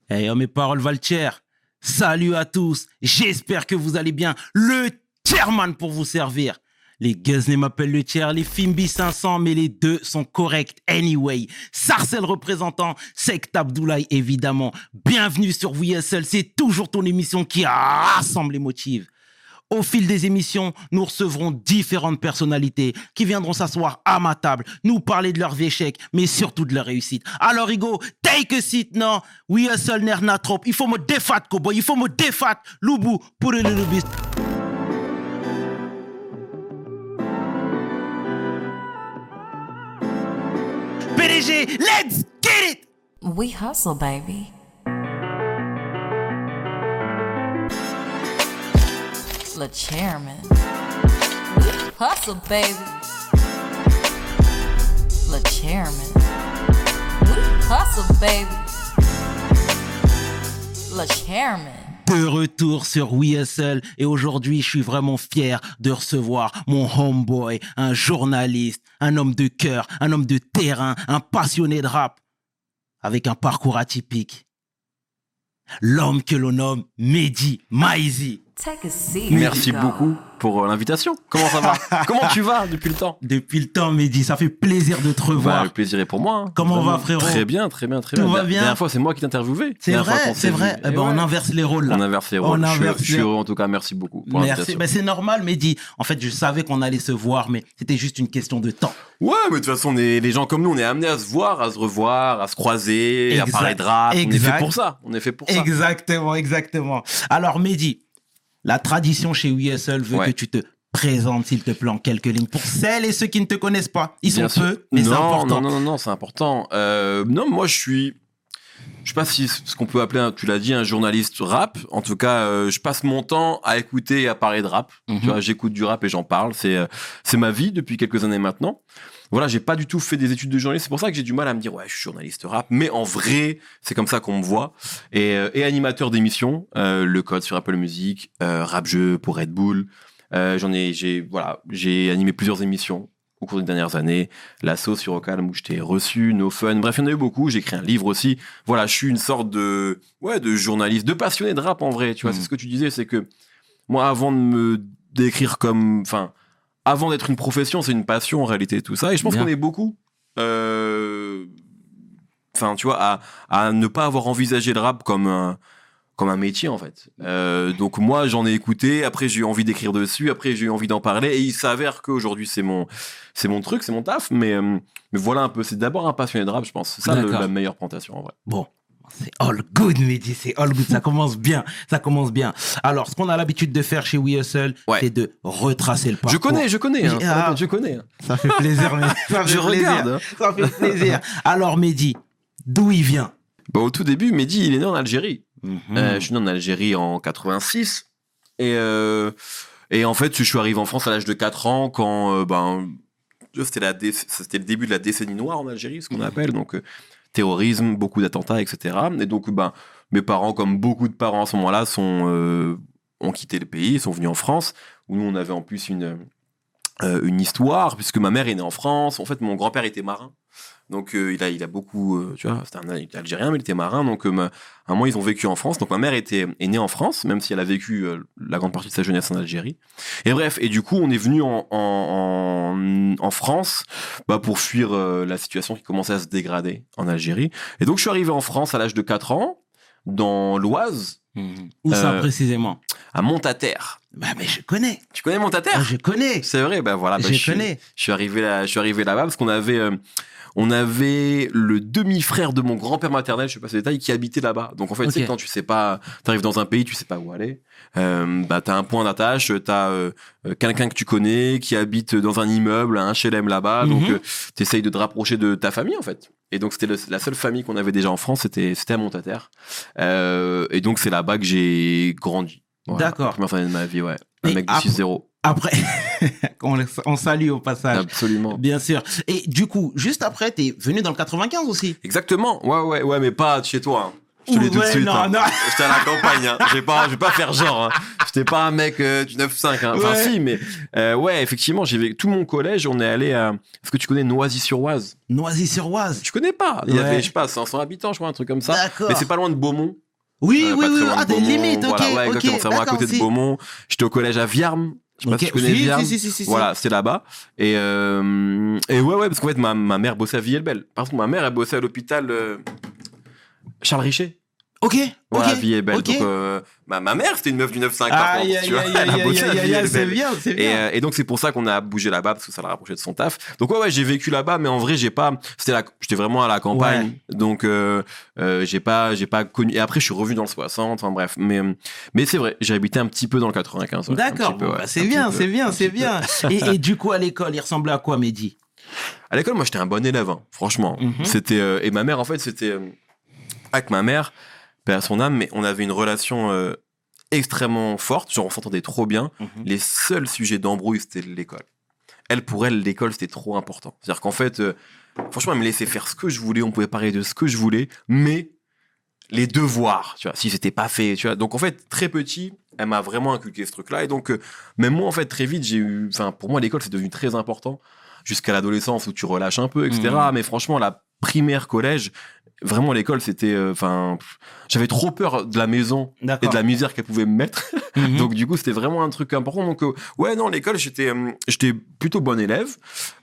Hey, oh, mes paroles valent cher. Salut à tous, j'espère que vous allez bien. Le chairman pour vous servir. Les Guzney m'appellent le chair, les Fimbi 500, mais les deux sont corrects anyway. Sarcel représentant, Sect Abdoulaye évidemment. Bienvenue sur WSL, c'est toujours ton émission qui rassemble les motifs. Au fil des émissions, nous recevrons différentes personnalités qui viendront s'asseoir à ma table, nous parler de leurs échecs, mais surtout de leur réussite. Alors, Hugo, take a seat, non? We hustle nerna trop. Il faut me défat, cowboy. Il faut me défat. Loubou, pour le loubiste. PDG, let's get it! We hustle, baby. Le chairman. We hustle, baby. Le chairman. We hustle, baby. Le chairman. De retour sur We Hustle et aujourd'hui je suis vraiment fier de recevoir mon homeboy, un journaliste, un homme de cœur, un homme de terrain, un passionné de rap avec un parcours atypique. L'homme que l'on nomme Mehdi Maizi. Take a seat. Merci beaucoup pour l'invitation. Comment ça va? Comment tu vas depuis le temps? Depuis le temps, Mehdi, ça fait plaisir de te revoir. Le plaisir est pour moi. Hein. Comment Vraiment. va, frérot? Très bien, très bien, très Tout bien. va bien? La dernière fois, c'est moi qui t'interviewais. C'est vrai, c'est vrai. Eh ben, on inverse les rôles là. On inverse les rôles. Je suis heureux en tout cas. Merci beaucoup pour l'invitation. Ben, c'est normal, Mehdi. En fait, je savais qu'on allait se voir, mais c'était juste une question de temps. Ouais, mais de toute façon, les gens comme nous, on est amenés à se voir, à se revoir, à se croiser, à parler de rap. On est fait pour ça. On est fait pour ça. Exactement, exactement. Alors, Mehdi, la tradition chez WSL veut que tu te présentes, s'il te plaît, en quelques lignes. Pour celles et ceux qui ne te connaissent pas, ils sont peu, mais c'est important. Non, c'est important. Non, moi, je sais pas si ce qu'on peut appeler, tu l'as dit, un journaliste rap. En tout cas, je passe mon temps à écouter et à parler de rap. Tu vois, j'écoute du rap et j'en parle. C'est ma vie depuis quelques années maintenant. Voilà, j'ai pas du tout fait des études de journaliste. C'est pour ça que j'ai du mal à me dire, ouais, je suis journaliste rap. Mais en vrai, c'est comme ça qu'on me voit. Et animateur d'émissions, Le Code sur Apple Music, Rap Jeu pour Red Bull. J'ai animé plusieurs émissions au cours des dernières années. La Sauce sur Ocalm où je t'ai reçu, No Fun. Bref, il y en a eu beaucoup. J'ai écrit un livre aussi. Voilà, je suis une sorte de journaliste, de passionné de rap en vrai. Tu vois, c'est ce que tu disais, c'est que moi, avant de me décrire avant d'être une profession, c'est une passion en réalité, tout ça. Et je pense qu'on est beaucoup, tu vois, à ne pas avoir envisagé le rap comme un métier en fait. Donc moi, j'en ai écouté. Après, j'ai eu envie d'écrire dessus. Après, j'ai eu envie d'en parler. Et il s'avère qu'aujourd'hui, c'est mon truc, c'est mon taf. Mais voilà un peu. C'est d'abord un passionné de rap, je pense. C'est ça la meilleure présentation en vrai. Bon. C'est all good, Mehdi, c'est all good. Ça commence bien, ça commence bien. Alors, ce qu'on a l'habitude de faire chez We Hustle, c'est de retracer le parcours. Je connais. Hein. Je connais. Ça fait plaisir, mais ça fait regarde. Ça fait plaisir. Alors, Mehdi, d'où il vient? Au tout début, Mehdi, il est né en Algérie. Je suis né en Algérie en 86. Et en fait, je suis arrivé en France à l'âge de 4 ans quand c'était le début de la décennie noire en Algérie, ce qu'on appelle. Donc, terrorisme, beaucoup d'attentats, etc. Et donc, mes parents, comme beaucoup de parents à ce moment-là, ont quitté le pays, sont venus en France, où nous, on avait en plus une histoire, puisque ma mère est née en France. En fait, mon grand-père était marin. Donc, il a beaucoup... tu vois, il était algérien, mais il était marin. Donc, à un moment, ils ont vécu en France. Donc, ma mère est née en France, même si elle a vécu la grande partie de sa jeunesse en Algérie. Et bref, et du coup, on est venu en France pour fuir la situation qui commençait à se dégrader en Algérie. Et donc, je suis arrivé en France à l'âge de 4 ans, dans l'Oise. Où ça, précisément? À Montataire. Mais je connais. Tu connais Montataire? Je connais. C'est vrai, voilà. Je connais. Je suis arrivé là-bas parce qu'on avait... on avait le demi-frère de mon grand-père maternel, je sais pas ces détails, qui habitait là-bas. Donc en fait, tu sais, quand tu sais pas, t'arrives dans un pays, tu sais pas où aller, t'as un point d'attache, t'as quelqu'un que tu connais qui habite dans un immeuble, un HLM là-bas, donc t'essayes de te rapprocher de ta famille en fait. Et donc c'était la seule famille qu'on avait déjà en France, c'était à Montataire. Et donc c'est là-bas que j'ai grandi. Voilà, d'accord. La première année de ma vie, ouais. Un mec de 6-0. Après, on salue au passage. Absolument. Bien sûr. Et du coup, juste après, t'es venu dans le 95 aussi. Exactement. Ouais, mais pas chez toi. Hein. Je te l'ai tout de suite. Non. J'étais à la campagne. Hein. Je vais pas faire genre. Hein. J'étais pas un mec du 9-5. Hein. Enfin, Ouais. si, mais ouais, effectivement, j'ai vécu tout mon collège. On est allé à. Est-ce que tu connais Noisy-sur-Oise? Noisy-sur-Oise. Tu connais pas? Il y Ouais. avait, je sais pas, 500 habitants, je crois, un truc comme ça. D'accord. Mais c'est pas loin de Beaumont. Oui, Pas oui, très oui. loin de Ah, t'es Beaumont. limite, ok. Voilà, ouais, ok. exactement. C'est vraiment à D'accord, côté de si. Beaumont. J'étais au collège à Viarme. Je sais pas Ok. si tu connais Si, Viarme. si. Voilà, c'était là-bas. Et ouais, parce qu'en fait, ma mère bossait à Villers-Belle. Par contre, ma mère, elle bossait à l'hôpital Charles Richer. Ok. Voilà, ok. Villers-Belle. ok. Donc, ma mère, c'était une meuf du 9-5 par Aïe, contre. aïe, Tu vois, aïe, elle a aïe, bossé à aïe, aïe, aïe, c'est Villers-Belle. bien, c'est bien. Et donc c'est pour ça qu'on a bougé là-bas parce que ça la rapprochait de son taf. Donc ouais, j'ai vécu là-bas, mais en vrai j'étais vraiment à la campagne. Donc j'ai pas connu. Et après je suis revenu dans le 60. Enfin bref, mais c'est vrai, j'ai habité un petit peu dans le 95. Ouais, D'accord, un petit peu, bon, ouais, bah, un c'est petit bien, peu, c'est bien, un c'est petit bien. Et du coup, à l'école, il ressemblait à quoi, Mehdi? À l'école, moi j'étais un bon élève, hein, franchement. Mhm. C'était et ma mère en fait c'était avec ma mère, paix à son âme, mais on avait une relation extrêmement forte, genre on s'entendait trop bien. Mhm. Les seuls sujets d'embrouille, c'était l'école. Pour elle, l'école, c'était trop important. C'est-à-dire qu'en fait, franchement, elle me laissait faire ce que je voulais, on pouvait parler de ce que je voulais, mais les devoirs, tu vois, si c'était pas fait, tu vois. Donc en fait, très petit, elle m'a vraiment inculqué ce truc-là. Et donc, même moi, en fait, très vite, pour moi, l'école, c'est devenu très important, jusqu'à l'adolescence où tu relâches un peu, etc. Mhm. Mais franchement, la primaire, collège, vraiment, l'école, c'était, j'avais trop peur de la maison et D'accord. de la misère qu'elle pouvait me mettre. Mhm. Donc du coup c'était vraiment un truc important. Donc ouais non, l'école j'étais plutôt bon élève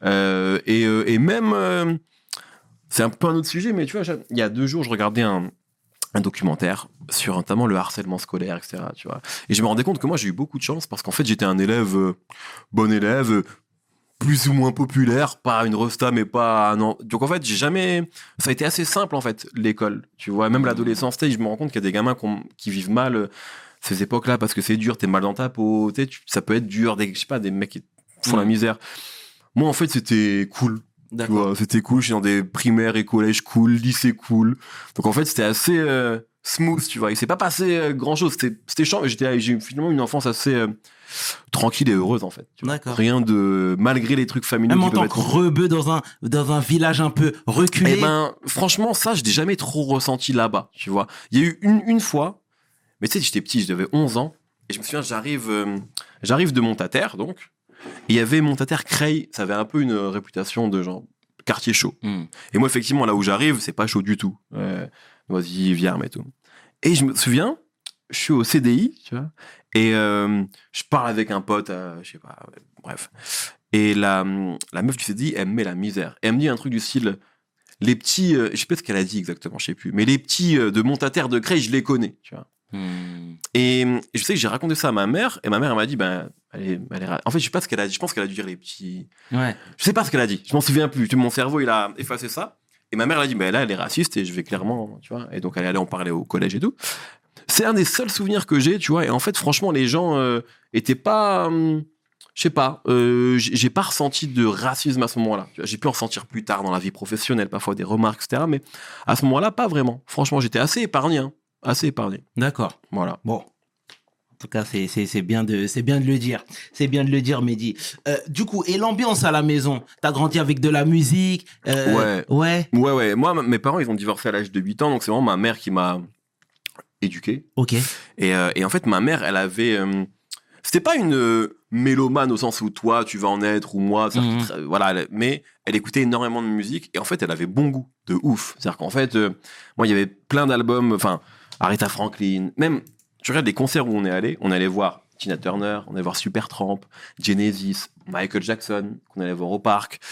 et même c'est un peu un autre sujet, mais tu vois il y a 2 jours je regardais un documentaire sur notamment le harcèlement scolaire, etc. Tu vois, et je me rendais compte que moi j'ai eu beaucoup de chance parce qu'en fait j'étais un élève bon élève, plus ou moins populaire, pas une resta mais pas un donc en fait ça a été assez simple en fait l'école, tu vois, même l'adolescence. Je me rends compte qu'il y a des gamins qui vivent mal ces époques-là parce que c'est dur, t'es mal dans ta peau, ça peut être dur, je sais pas, des mecs qui font la misère. Moi en fait c'était cool. Tu D'accord. vois, c'était cool, je suis dans des primaires et collèges cool, lycée cool. Donc en fait c'était assez smooth, tu vois, il s'est pas passé grand-chose, c'était chiant, mais j'ai eu finalement une enfance assez tranquille et heureuse en fait. Tu vois. D'accord. Rien de malgré les trucs familiaux Même qui en tant peuvent que être. rebeu dans un village un peu reculé. Eh ben franchement ça je l'ai jamais trop ressenti là-bas, tu vois. Il y a eu une fois, mais tu sais j'étais petit, j'avais 11 ans et je me souviens j'arrive de Montataire donc et il y avait Montataire Creil, ça avait un peu une réputation de genre quartier chaud. Hmm. Et moi effectivement là où j'arrive, c'est pas chaud du tout. Noisy, Viarme et tout. Et je me souviens, je suis au CDI, tu vois, et je parle avec un pote, je sais pas, bref. Et la meuf du CDI, elle me met la misère. Et elle me dit un truc du style, les petits, je sais pas ce qu'elle a dit exactement, je sais plus, mais les petits de Montataire de Creil, je les connais, tu vois. Hmm. Et je sais que j'ai raconté ça à ma mère, et ma mère elle m'a dit, en fait, je sais pas ce qu'elle a dit, je pense qu'elle a dû dire les petits. Ouais. Je sais pas ce qu'elle a dit, je m'en souviens plus. Mon cerveau, il a effacé ça. Et ma mère, elle a dit, là, elle est raciste et je vais clairement, tu vois. Et donc, elle est allée en parler au collège et tout. C'est un des seuls souvenirs que j'ai, tu vois. Et en fait, franchement, les gens étaient pas, je sais pas, j'ai pas ressenti de racisme à ce moment-là. Tu vois, j'ai pu en ressentir plus tard dans la vie professionnelle, parfois des remarques, etc. Mais à ce moment-là, pas vraiment. Franchement, j'étais assez épargné, hein. Assez épargné. D'accord. Voilà. Bon. En tout cas, c'est bien de le dire. C'est bien de le dire, Mehdi. Du coup, et l'ambiance à la maison? T'as grandi avec de la musique? Ouais. Ouais. Moi, mes parents, ils ont divorcé à l'âge de 8 ans, donc c'est vraiment ma mère qui m'a éduqué. Ok. Et en fait, ma mère, elle avait... c'était pas une mélomane au sens où toi, tu vas en être, ou moi, voilà, mais elle écoutait énormément de musique, et en fait, elle avait bon goût, de ouf. C'est-à-dire qu'en fait, moi, il y avait plein d'albums, enfin, Aretha Franklin, même, tu regardes les concerts où on allait voir Tina Turner, on allait voir Supertramp, Genesis, Michael Jackson, qu'on allait voir au parc.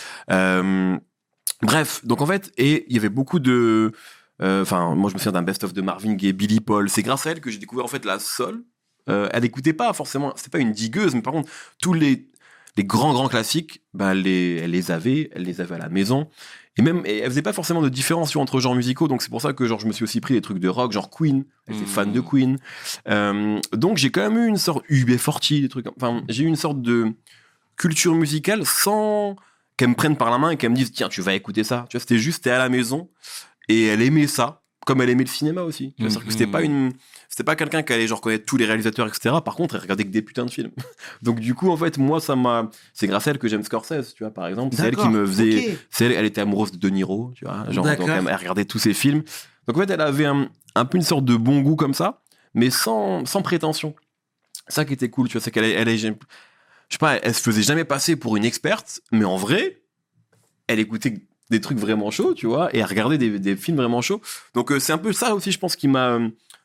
Bref, donc en fait, et il y avait beaucoup de... moi je me souviens d'un best-of de Marvin Gaye, Billy Paul. C'est grâce à elle que j'ai découvert en fait la soul. Elle écoutait pas forcément, c'était pas une digueuse, mais par contre, tous les grands classiques, elle les avait à la maison. Et même, elle faisait pas forcément de différence entre genres musicaux, donc c'est pour ça que genre je me suis aussi pris des trucs de rock, genre Queen. Elle était fan de Queen. Donc j'ai quand même eu une sorte UB40, des trucs. Enfin, j'ai eu une sorte de culture musicale sans qu'elle me prenne par la main et qu'elle me dise tiens, tu vas écouter ça. Tu vois, c'était juste t'es à la maison et elle aimait ça, comme elle aimait le cinéma aussi. Tu vois, c'est-à-dire que c'était pas quelqu'un qui allait genre connaître tous les réalisateurs, etc. Par contre, elle regardait que des putins de films. Donc du coup, en fait, moi, c'est grâce à elle que j'aime Scorsese, tu vois, par exemple. C'est elle qui me faisait, okay. elle était amoureuse de De Niro, tu vois, genre, D'accord. donc elle regardait tous ses films. Donc en fait, elle avait un peu une sorte de bon goût comme ça, mais sans prétention. Ça qui était cool, tu vois, c'est je sais pas, elle se faisait jamais passer pour une experte, mais en vrai, elle écoutait des trucs vraiment chauds, tu vois, et elle regardait des films vraiment chauds. Donc c'est un peu ça aussi, je pense, qui m'a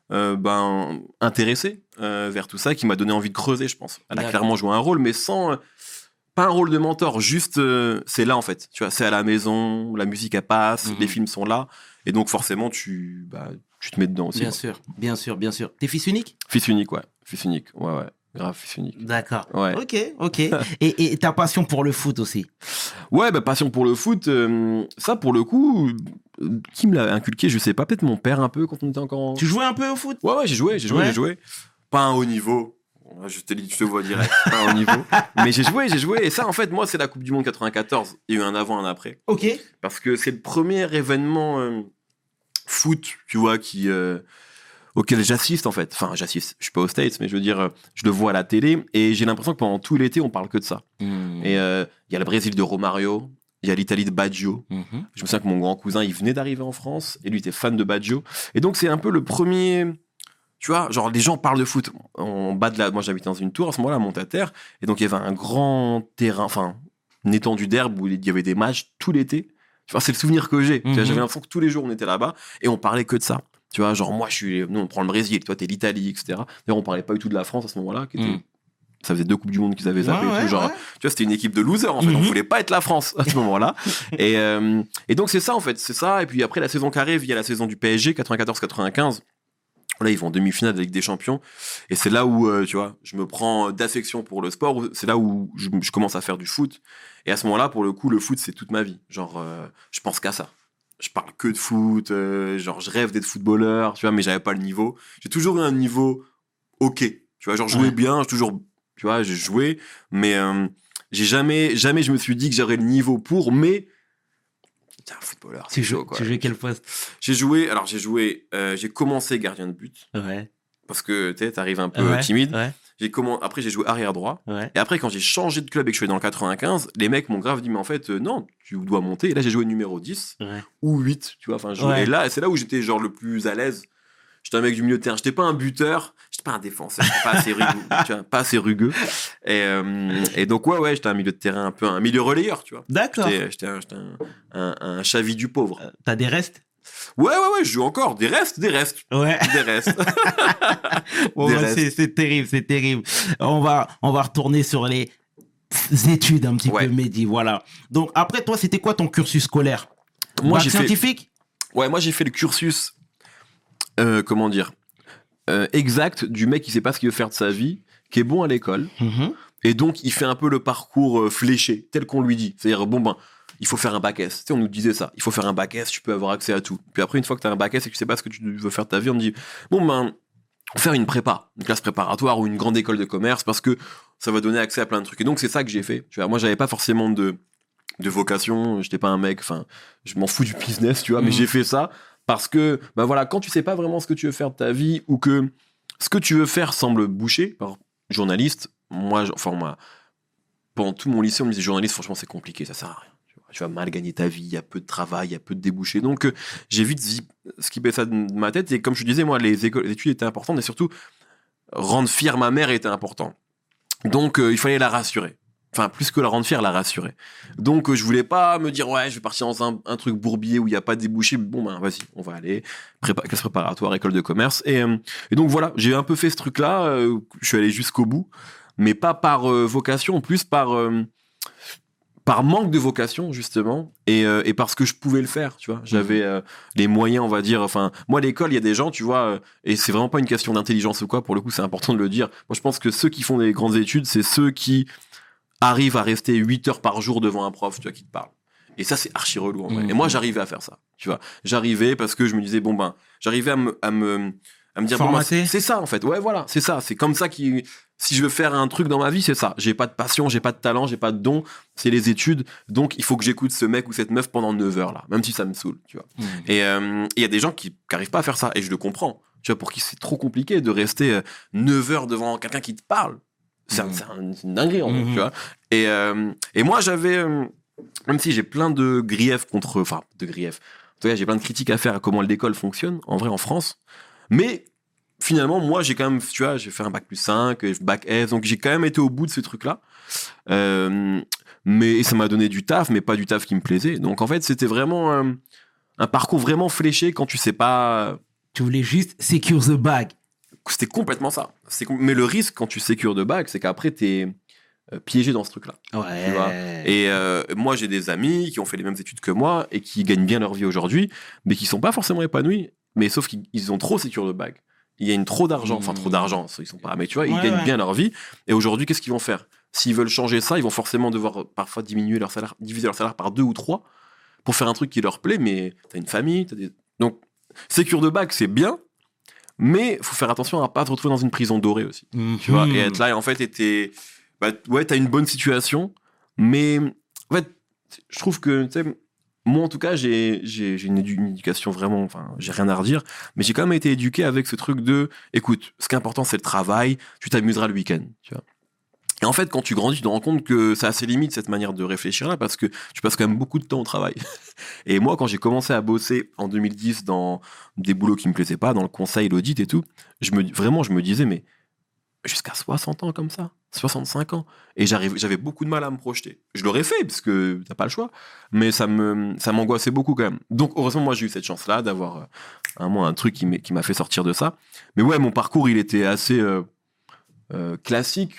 intéressé vers tout ça, qui m'a donné envie de creuser, je pense. Elle a clairement joué un rôle, mais sans... pas un rôle de mentor, juste c'est là en fait, tu vois, c'est à la maison, la musique elle passe, les films sont là, et donc forcément tu te mets dedans aussi. Bien sûr. T'es fils unique? Fils unique, ouais, grave fils unique. D'accord. Ouais. Ok. Et ta passion pour le foot aussi? Ouais, passion pour le foot, ça pour le coup, qui me l'a inculqué, je sais pas, peut-être mon père un peu quand on était encore. Tu jouais un peu au foot? Ouais, j'ai joué. Pas un haut niveau. Je te vois direct, pas un haut niveau. Mais j'ai joué. Et ça, en fait, moi, c'est la Coupe du Monde 94. Il y a eu un avant, un après. Ok. Parce que c'est le premier événement foot, tu vois, auquel j'assiste, en fait. Enfin, j'assiste. Je suis pas aux States, mais je veux dire, je le vois à la télé. Et j'ai l'impression que pendant tout l'été, on parle que de ça. Et il y a le Brésil de Romario. Il y a l'Italie de Baggio. Je me souviens que mon grand cousin, il venait d'arriver en France. Et lui, était fan de Baggio. Et donc, c'est un peu le premier... Tu vois, genre, les gens parlent de foot. En bas de moi, j'habitais dans une tour, à ce moment-là, à Monte-à-Terre. Et donc, il y avait un grand terrain, enfin, une étendue d'herbe où il y avait des matchs tout l'été. Tu vois, c'est le souvenir que j'ai. Tu vois, j'avais l'impression que tous les jours, on était là-bas et on parlait que de ça. Tu vois, genre, nous, on prend le Brésil, toi, t'es l'Italie, etc. D'ailleurs, on parlait pas du tout de la France à ce moment-là, qui était... Ça faisait 2 Coupes du Monde qu'ils avaient zappé. Tu vois, c'était une équipe de losers, en fait. On voulait pas être la France à ce moment-là. Et donc, c'est ça, en fait. C'est ça. Et puis après, la saison qui arrive, il y a la saison du PSG, 94-95. Là, ils vont en demi-finale de la Ligue des Champions. Et c'est là où, tu vois, je me prends d'affection pour le sport. C'est là où je commence à faire du foot. Et à ce moment-là, pour le coup, le foot, c'est toute ma vie. Genre, je pense qu'à ça. Je parle que de foot. Genre, je rêve d'être footballeur, tu vois, mais j'avais pas le niveau. J'ai toujours eu un niveau OK. Tu vois, genre, je jouais bien. Tu vois, j'ai joué. Mais j'ai jamais, je me suis dit que j'aurais le niveau pour. Mais t'es un footballeur, c'est chaud, quoi. Tu jouais quel poste? J'ai commencé gardien de but. Ouais. Parce que t'arrives un peu timide. Ouais. Après, j'ai joué arrière droit. Ouais. Et après, quand j'ai changé de club et que je suis allé dans le 95, les mecs m'ont grave dit, mais en fait, non, tu dois monter. Et là, j'ai joué numéro 10 ou 8, tu vois. Enfin, et là, c'est là où j'étais genre le plus à l'aise. J'étais un mec du milieu de terrain. J'étais pas un buteur. J'étais pas un défenseur. J'étais pas assez rugueux. Tu vois, pas assez rugueux. Et donc, ouais, j'étais un milieu de terrain, un peu un milieu relayeur, tu vois. D'accord. J'étais un chavis du pauvre. T'as des restes? Ouais, je joue encore. Des restes. Ouais. Des restes. Bon, c'est terrible. On va retourner sur les études un petit peu, Mehdi. Voilà. Donc, après, toi, c'était quoi ton cursus scolaire? Moi, scientifique? Moi, j'ai fait le cursus, exact du mec qui sait pas ce qu'il veut faire de sa vie, qui est bon à l'école. Et donc, il fait un peu le parcours fléché, tel qu'on lui dit. C'est-à-dire, il faut faire un bac S. Tu sais, on nous disait ça. Il faut faire un bac S, tu peux avoir accès à tout. Puis après, une fois que tu as un bac S et que tu sais pas ce que tu veux faire de ta vie, on te dit, faire une prépa, une classe préparatoire ou une grande école de commerce parce que ça va donner accès à plein de trucs. Et donc, c'est ça que j'ai fait. Tu vois, moi, j'avais pas forcément de vocation. J'étais pas un mec, je m'en fous du business, tu vois, mais j'ai fait ça parce que, quand tu sais pas vraiment ce que tu veux faire de ta vie ou que ce que tu veux faire semble bouché par journaliste, moi, pendant tout mon lycée, on me disait journaliste, franchement, c'est compliqué, ça sert à rien. Tu vas mal gagner ta vie, il y a peu de travail, il y a peu de débouchés. Donc, j'ai vite skippé ça de ma tête. Et comme je te disais, moi, les études étaient importantes et surtout, rendre fière ma mère était important. Donc, il fallait la rassurer. Enfin, plus que la rendre fière, la rassurer. Donc, je voulais pas me dire, ouais, je vais partir dans un truc bourbier où il n'y a pas de débouchés. Vas-y, on va aller. Classe préparatoire, école de commerce. Et donc, voilà, j'ai un peu fait ce truc-là. Je suis allé jusqu'au bout. Mais pas par vocation, plus par manque de vocation, justement, et parce que je pouvais le faire, tu vois. J'avais les moyens, on va dire. Enfin, moi, à l'école, il y a des gens, tu vois, et c'est vraiment pas une question d'intelligence ou quoi, pour le coup, c'est important de le dire. Moi, je pense que ceux qui font des grandes études, c'est ceux qui arrivent à rester 8 heures par jour devant un prof, tu vois, qui te parle. Et ça, c'est archi relou, en vrai. Et moi, j'arrivais à faire ça, tu vois. J'arrivais parce que je me disais, j'arrivais à me dire, c'est ça, en fait. Ouais, voilà, c'est ça. C'est comme ça si je veux faire un truc dans ma vie, c'est ça. J'ai pas de passion, j'ai pas de talent, j'ai pas de don. C'est les études. Donc, il faut que j'écoute ce mec ou cette meuf pendant 9 heures, là. Même si ça me saoule, tu vois. Et il y a des gens qui arrivent pas à faire ça. Et je le comprends. Tu vois, pour qui c'est trop compliqué de rester 9 heures devant quelqu'un qui te parle. C'est une dinguerie, en fait, tu vois. Et moi, j'avais, même si j'ai plein de griefs en tout cas, j'ai plein de critiques à faire à comment l'école fonctionne, en vrai, en France. Mais, finalement, moi, j'ai quand même, tu vois, j'ai fait un bac plus 5, bac S, donc j'ai quand même été au bout de ce truc-là. Mais ça m'a donné du taf, mais pas du taf qui me plaisait. Donc en fait, c'était vraiment un parcours vraiment fléché quand tu sais pas. Tu voulais juste secure the bag. C'était complètement ça. Mais le risque quand tu sécures de bac, c'est qu'après, t'es piégé dans ce truc-là. Ouais. Tu vois. Et moi, j'ai des amis qui ont fait les mêmes études que moi et qui gagnent bien leur vie aujourd'hui, mais qui sont pas forcément épanouis. Mais sauf qu'ils ont trop sécure de bac. Il y a trop d'argent. Enfin, trop d'argent. Ils sont pas. Mais tu vois, ils gagnent bien leur vie. Et aujourd'hui, qu'est-ce qu'ils vont faire? S'ils veulent changer ça, ils vont forcément devoir parfois diviser leur salaire par 2 ou 3 pour faire un truc qui leur plaît. Mais t'as une famille, donc sécure de bac, c'est bien. Mais faut faire attention à pas te retrouver dans une prison dorée aussi. Tu vois, et être là, et en fait, t'as une bonne situation, mais en fait, je trouve que, tu sais, moi en tout cas, j'ai une éducation vraiment, enfin, j'ai rien à redire, mais j'ai quand même été éduqué avec ce truc de, écoute, ce qui est important, c'est le travail, tu t'amuseras le week-end, tu vois. Et en fait, quand tu grandis, tu te rends compte que ça a ses limites, cette manière de réfléchir là, parce que tu passes quand même beaucoup de temps au travail. Et moi, quand j'ai commencé à bosser en 2010 dans des boulots qui me plaisaient pas, dans le conseil, l'audit et tout, je me disais, mais jusqu'à 60 ans comme ça, 65 ans. Et j'avais beaucoup de mal à me projeter. Je l'aurais fait, parce que t'as pas le choix, mais ça m'angoissait beaucoup quand même. Donc, heureusement, moi, j'ai eu cette chance-là d'avoir un truc qui m'a fait sortir de ça. Mais ouais, mon parcours, il était assez classique.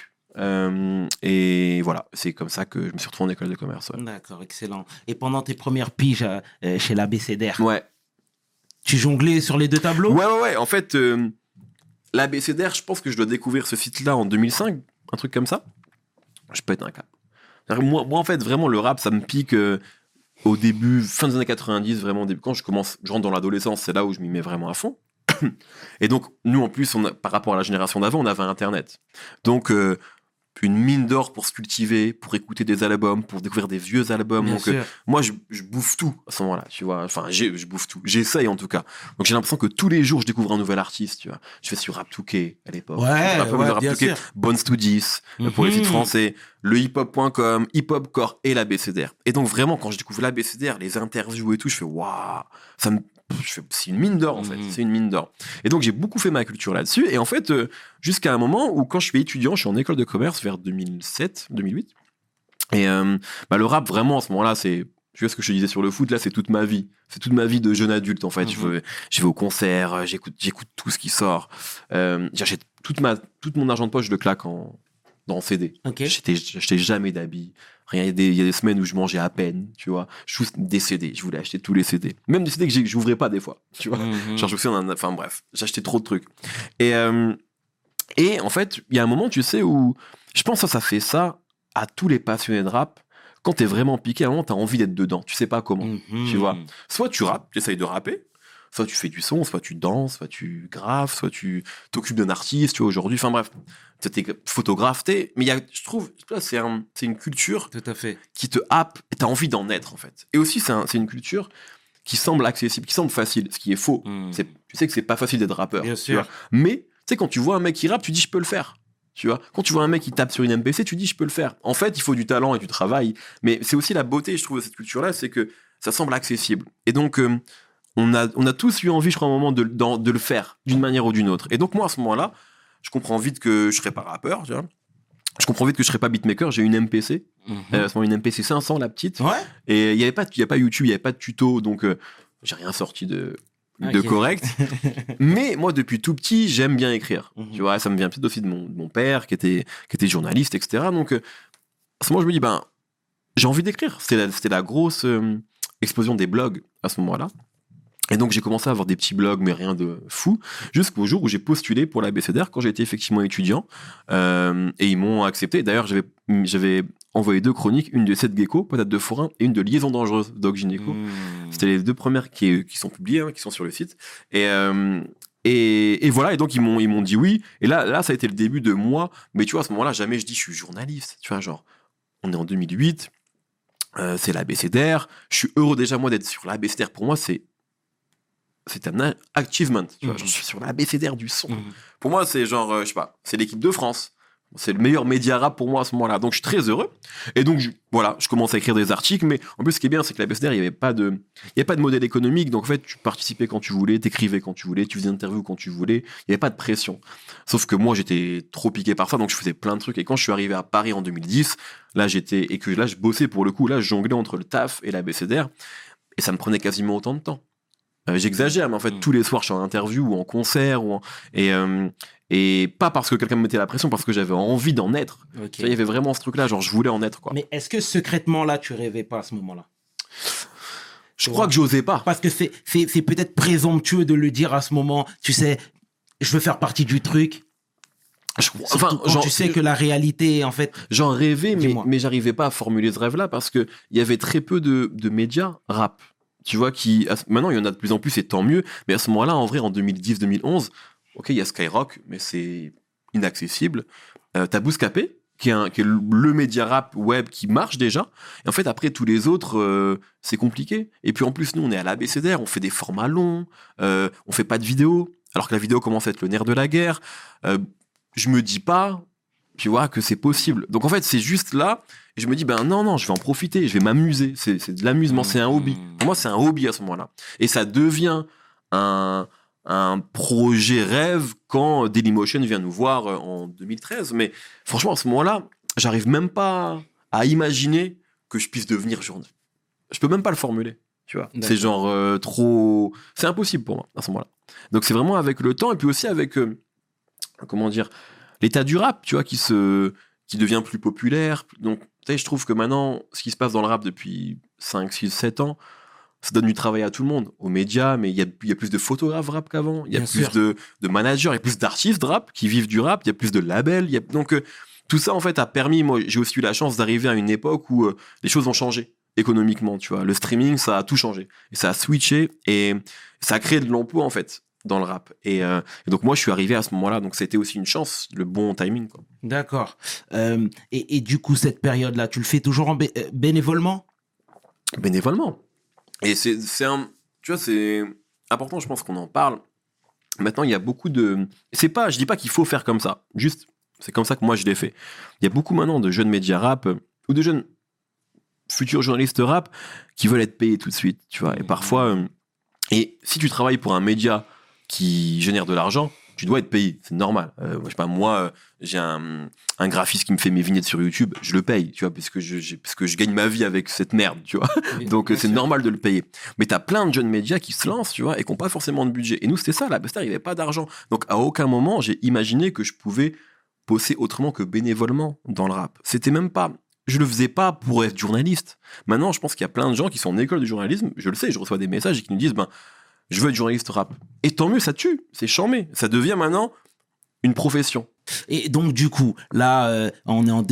Et voilà, c'est comme ça que je me suis retrouvé en école de commerce. Ouais. D'accord, excellent. Et pendant tes premières piges chez l'ABCDR, ouais. Tu jonglais sur les deux tableaux? Ouais. En fait, l'ABCDR, je pense que je dois découvrir ce site-là en 2005, un truc comme ça. Je pète un câble. Moi, en fait, vraiment, le rap, ça me pique au début, fin des années 90, vraiment au début. Quand je rentre dans l'adolescence, c'est là où je m'y mets vraiment à fond. Et donc, nous, en plus, par rapport à la génération d'avant, on avait Internet. Donc, une mine d'or pour se cultiver, pour écouter des albums, pour découvrir des vieux albums. Bien Donc, sûr. moi, je bouffe tout à ce moment-là, tu vois. Enfin, je bouffe tout. J'essaye, en tout cas. Donc, j'ai l'impression que tous les jours, je découvre un nouvel artiste, tu vois. Je fais sur Rap2K, à l'époque. Bien sûr. Bonne Studis, pour les sites français, le hiphop.com, hiphopcore et l'ABCDR. Et donc, vraiment, quand je découvre l'ABCDR, les interviews et tout, je fais waouh, c'est une mine d'or, en fait. C'est une mine d'or. Et donc, j'ai beaucoup fait ma culture là-dessus. Et en fait, jusqu'à un moment où, quand je suis étudiant, je suis en école de commerce vers 2007, 2008. Et le rap, vraiment, à ce moment-là, c'est... Tu vois ce que je te disais sur le foot, là, c'est toute ma vie. C'est toute ma vie de jeune adulte, en fait. Je vais au concert, j'écoute tout ce qui sort. J'achète tout mon argent de poche, je le claque dans CD. Okay. J'achetais jamais d'habits. Rien, il y a des semaines où je mangeais à peine, tu vois. Des CD, je voulais acheter tous les CD. Même des CD que j'ouvrais pas des fois, tu vois. Genre, enfin bref, j'achetais trop de trucs. Et en fait, il y a un moment, tu sais, où je pense que ça fait ça à tous les passionnés de rap. Quand t'es vraiment piqué, à un moment, t'as envie d'être dedans. Tu sais pas comment, tu vois. Soit tu rappes, tu essayes de rapper, soit tu fais du son, soit tu danses, soit tu graphes, soit tu t'occupes d'un artiste, tu vois, aujourd'hui. Enfin bref, t'es photographe, mais je trouve, c'est une culture tout à fait. Qui te happe et t'as envie d'en être, en fait. Et aussi, c'est une culture qui semble accessible, qui semble facile, ce qui est faux. Tu sais que c'est pas facile d'être rappeur. Bien sûr. Vois. Mais, tu sais, quand tu vois un mec qui rappe, tu dis, je peux le faire. Tu vois, quand tu vois un mec qui tape sur une MPC, tu dis je peux le faire. En fait, il faut du talent et du travail. Mais c'est aussi la beauté, je trouve, de cette culture-là, c'est que ça semble accessible. Et donc, on a tous eu envie, je crois, à un moment de le faire d'une manière ou d'une autre. Et donc, moi, à ce moment-là, je comprends vite que je serais pas rappeur, tu vois. Je comprends vite que je serais pas beatmaker. J'ai une MPC, à ce moment, une MPC 500, la petite. Ouais. Et il y a pas YouTube, il y avait pas de tuto, donc j'ai rien sorti de correct. Mais moi, depuis tout petit, j'aime bien écrire. Tu vois, ça me vient peut-être aussi de mon père qui était journaliste, etc. Donc, à ce moment, je me dis, j'ai envie d'écrire. C'était la grosse explosion des blogs à ce moment-là. Et donc, j'ai commencé à avoir des petits blogs, mais rien de fou, jusqu'au jour où j'ai postulé pour l'ABCDR quand j'étais effectivement étudiant. Et ils m'ont accepté. D'ailleurs, j'avais envoyé 2 chroniques, une de Seth Gecko, Patate de Forain, et une de Liaison dangereuse, Doc Gynéco. C'était les 2 premières qui sont publiées, qui sont sur le site. Et voilà, et donc ils m'ont dit oui. Et là, ça a été le début de moi. Mais tu vois, à ce moment-là, jamais je dis je suis journaliste. Tu vois, genre, on est en 2008, c'est l'ABCDR. Je suis heureux déjà, moi, d'être sur l'ABCDR. Pour moi, c'est un achievement. Tu vois, genre, je suis sur l'ABCDR du son. Pour moi, c'est genre, je sais pas, c'est l'équipe de France. C'est le meilleur média rap pour moi à ce moment-là. Donc, je suis très heureux. Et donc, je commence à écrire des articles. Mais en plus, ce qui est bien, c'est que l'ABCDR, il n'y avait pas de modèle économique. Donc, en fait, tu participais quand tu voulais, t'écrivais quand tu voulais, tu faisais des interviews quand tu voulais. Il n'y avait pas de pression. Sauf que moi, j'étais trop piqué par ça. Donc, je faisais plein de trucs. Et quand je suis arrivé à Paris en 2010, là, je bossais pour le coup. Là, je jonglais entre le taf et l'ABCDR. Et ça me prenait quasiment autant de temps. J'exagère, mais en fait, tous les soirs, je suis en interview ou en concert. Et pas parce que quelqu'un me mettait la pression, parce que j'avais envie d'en être. Ok. Il y avait vraiment ce truc-là, genre je voulais en être, quoi. Mais est-ce que secrètement, là, tu rêvais pas à ce moment-là? Je crois que j'osais pas. Parce que c'est peut-être présomptueux de le dire à ce moment. Tu sais, je veux faire partie du truc. Surtout quand tu sais que la réalité, en fait... J'en rêvais, Dis-moi. mais j'arrivais pas à formuler ce rêve-là parce qu'il y avait très peu de médias rap. Tu vois, maintenant, il y en a de plus en plus et tant mieux. Mais à ce moment-là, en vrai, en 2010-2011, ok, il y a Skyrock, mais c'est inaccessible. T'as Bouscapé, qui est le média rap web qui marche déjà. Et en fait, après, tous les autres, c'est compliqué. Et puis en plus, nous, on est à l'ABCDR, on fait des formats longs, on fait pas de vidéos, alors que la vidéo commence à être le nerf de la guerre. Je me dis pas, tu vois, que c'est possible. Donc en fait, c'est juste là, et je me dis, non, je vais en profiter, je vais m'amuser. C'est de l'amusement, c'est un hobby. Pour moi, c'est un hobby à ce moment-là. Et ça devient un projet rêve quand Dailymotion vient nous voir en 2013. Mais franchement, à ce moment-là, j'arrive même pas à imaginer que je puisse devenir journaliste. Je peux même pas le formuler, tu vois. D'accord. C'est genre trop... C'est impossible pour moi, à ce moment-là. Donc c'est vraiment avec le temps, et puis aussi avec... comment dire, l'état du rap, tu vois, qui devient plus populaire. Donc, tu sais, je trouve que maintenant, ce qui se passe dans le rap depuis 5, 6, 7 ans, ça donne du travail à tout le monde, aux médias, mais il y a plus de photographes rap qu'avant, il y a Bien plus sûr. de managers, il y a plus d'artistes rap qui vivent du rap, il y a plus de labels. Donc, tout ça, en fait, a permis, moi, j'ai aussi eu la chance d'arriver à une époque où les choses ont changé économiquement, tu vois. Le streaming, ça a tout changé. Et ça a switché, et ça a créé de l'emploi, en fait, dans le rap. Et donc moi, je suis arrivé à ce moment-là, donc c'était aussi une chance, le bon timing, quoi. D'accord. Et du coup, cette période-là, tu le fais toujours bénévolement? Bénévolement. Et c'est tu vois, c'est important, je pense qu'on en parle. Maintenant, il y a beaucoup de... je dis pas qu'il faut faire comme ça, juste, c'est comme ça que moi je l'ai fait. Il y a beaucoup maintenant de jeunes médias rap, ou de jeunes futurs journalistes rap, qui veulent être payés tout de suite, tu vois. Et parfois... et si tu travailles pour un média qui génère de l'argent, tu dois être payé, c'est normal. Je sais pas, moi, j'ai un graphiste qui me fait mes vignettes sur YouTube, je le paye, tu vois, parce que je gagne ma vie avec cette merde, tu vois. Donc c'est normal de le payer. Mais t'as plein de jeunes médias qui se lancent, tu vois, et qui n'ont pas forcément de budget. Et nous, c'était ça, la Bestar, il n'y avait pas d'argent. Donc à aucun moment, j'ai imaginé que je pouvais bosser autrement que bénévolement dans le rap. C'était même pas... Je le faisais pas pour être journaliste. Maintenant, je pense qu'il y a plein de gens qui sont en école de journalisme, je le sais, je reçois des messages et qui nous disent, je veux être journaliste rap. Et tant mieux, ça tue, c'est charmé. Ça devient maintenant une profession. Et donc, du coup, là, on est en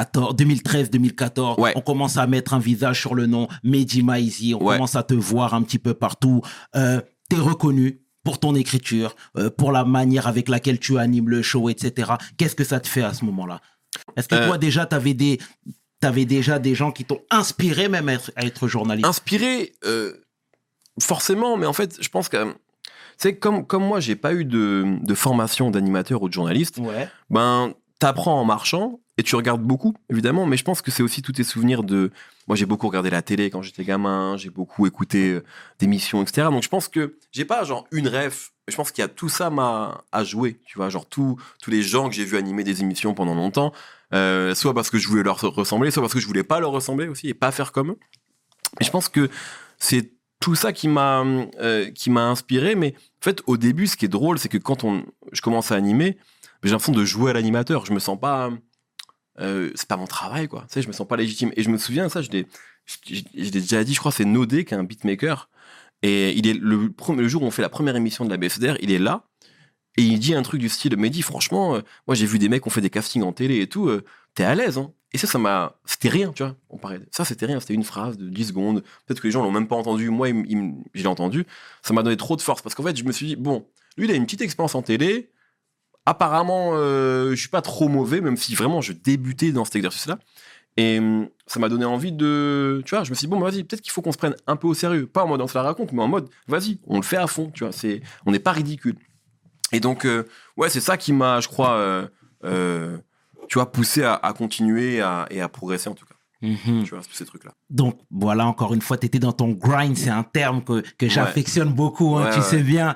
2013-2014. Ouais. On commence à mettre un visage sur le nom Mehdi Maizi. On commence à te voir un petit peu partout. T'es reconnu pour ton écriture, pour la manière avec laquelle tu animes le show, etc. Qu'est-ce que ça te fait à ce moment-là? Est-ce que toi, déjà, t'avais déjà des gens qui t'ont inspiré même à être journaliste? Inspiré, forcément, mais en fait, je pense que... C'est comme moi, j'ai pas eu de formation d'animateur ou de journaliste. Ouais. T'apprends en marchant et tu regardes beaucoup, évidemment, mais je pense que c'est aussi tous tes souvenirs de... Moi, j'ai beaucoup regardé la télé quand j'étais gamin, j'ai beaucoup écouté d'émissions, etc. Donc, je pense que j'ai pas, genre, une ref. Je pense qu'il y a tout ça à jouer, tu vois, genre tous les gens que j'ai vu animer des émissions pendant longtemps, soit parce que je voulais leur ressembler, soit parce que je voulais pas leur ressembler aussi et pas faire comme eux. Et je pense que c'est tout ça qui m'a inspiré, mais en fait, au début, ce qui est drôle, c'est que quand je commence à animer, j'ai l'impression de jouer à l'animateur. Je me sens pas... c'est pas mon travail, quoi. Tu sais, je me sens pas légitime. Et je me souviens, ça, je l'ai déjà dit, je crois, c'est Nodé, qui est un beatmaker. Et il est le jour où on fait la première émission de la BFDR, il est là. Et il dit un truc du style, Mehdi, franchement, moi, j'ai vu des mecs qui ont fait des castings en télé et tout. T'es à l'aise, hein. Et c'était rien, tu vois. Ça, c'était rien. C'était une phrase de 10 secondes. Peut-être que les gens l'ont même pas entendu. Moi, je l'ai entendu. Ça m'a donné trop de force. Parce qu'en fait, je me suis dit, bon, lui, il a une petite expérience en télé. Apparemment, je suis pas trop mauvais, même si vraiment je débutais dans cet exercice-là. Et ça m'a donné envie de... Tu vois, je me suis dit, bon, vas-y, peut-être qu'il faut qu'on se prenne un peu au sérieux. Pas en mode on se la raconte, mais en mode, vas-y, on le fait à fond, tu vois. On n'est pas ridicule. Et donc, ouais, c'est ça qui m'a, je crois, tu vois, poussé à continuer et à progresser en tout cas. Mhm. Tu vois, tous ces trucs-là. Donc, voilà, encore une fois, tu étais dans ton grind. C'est un terme que j'affectionne beaucoup, hein, Ouais, tu ouais. sais bien.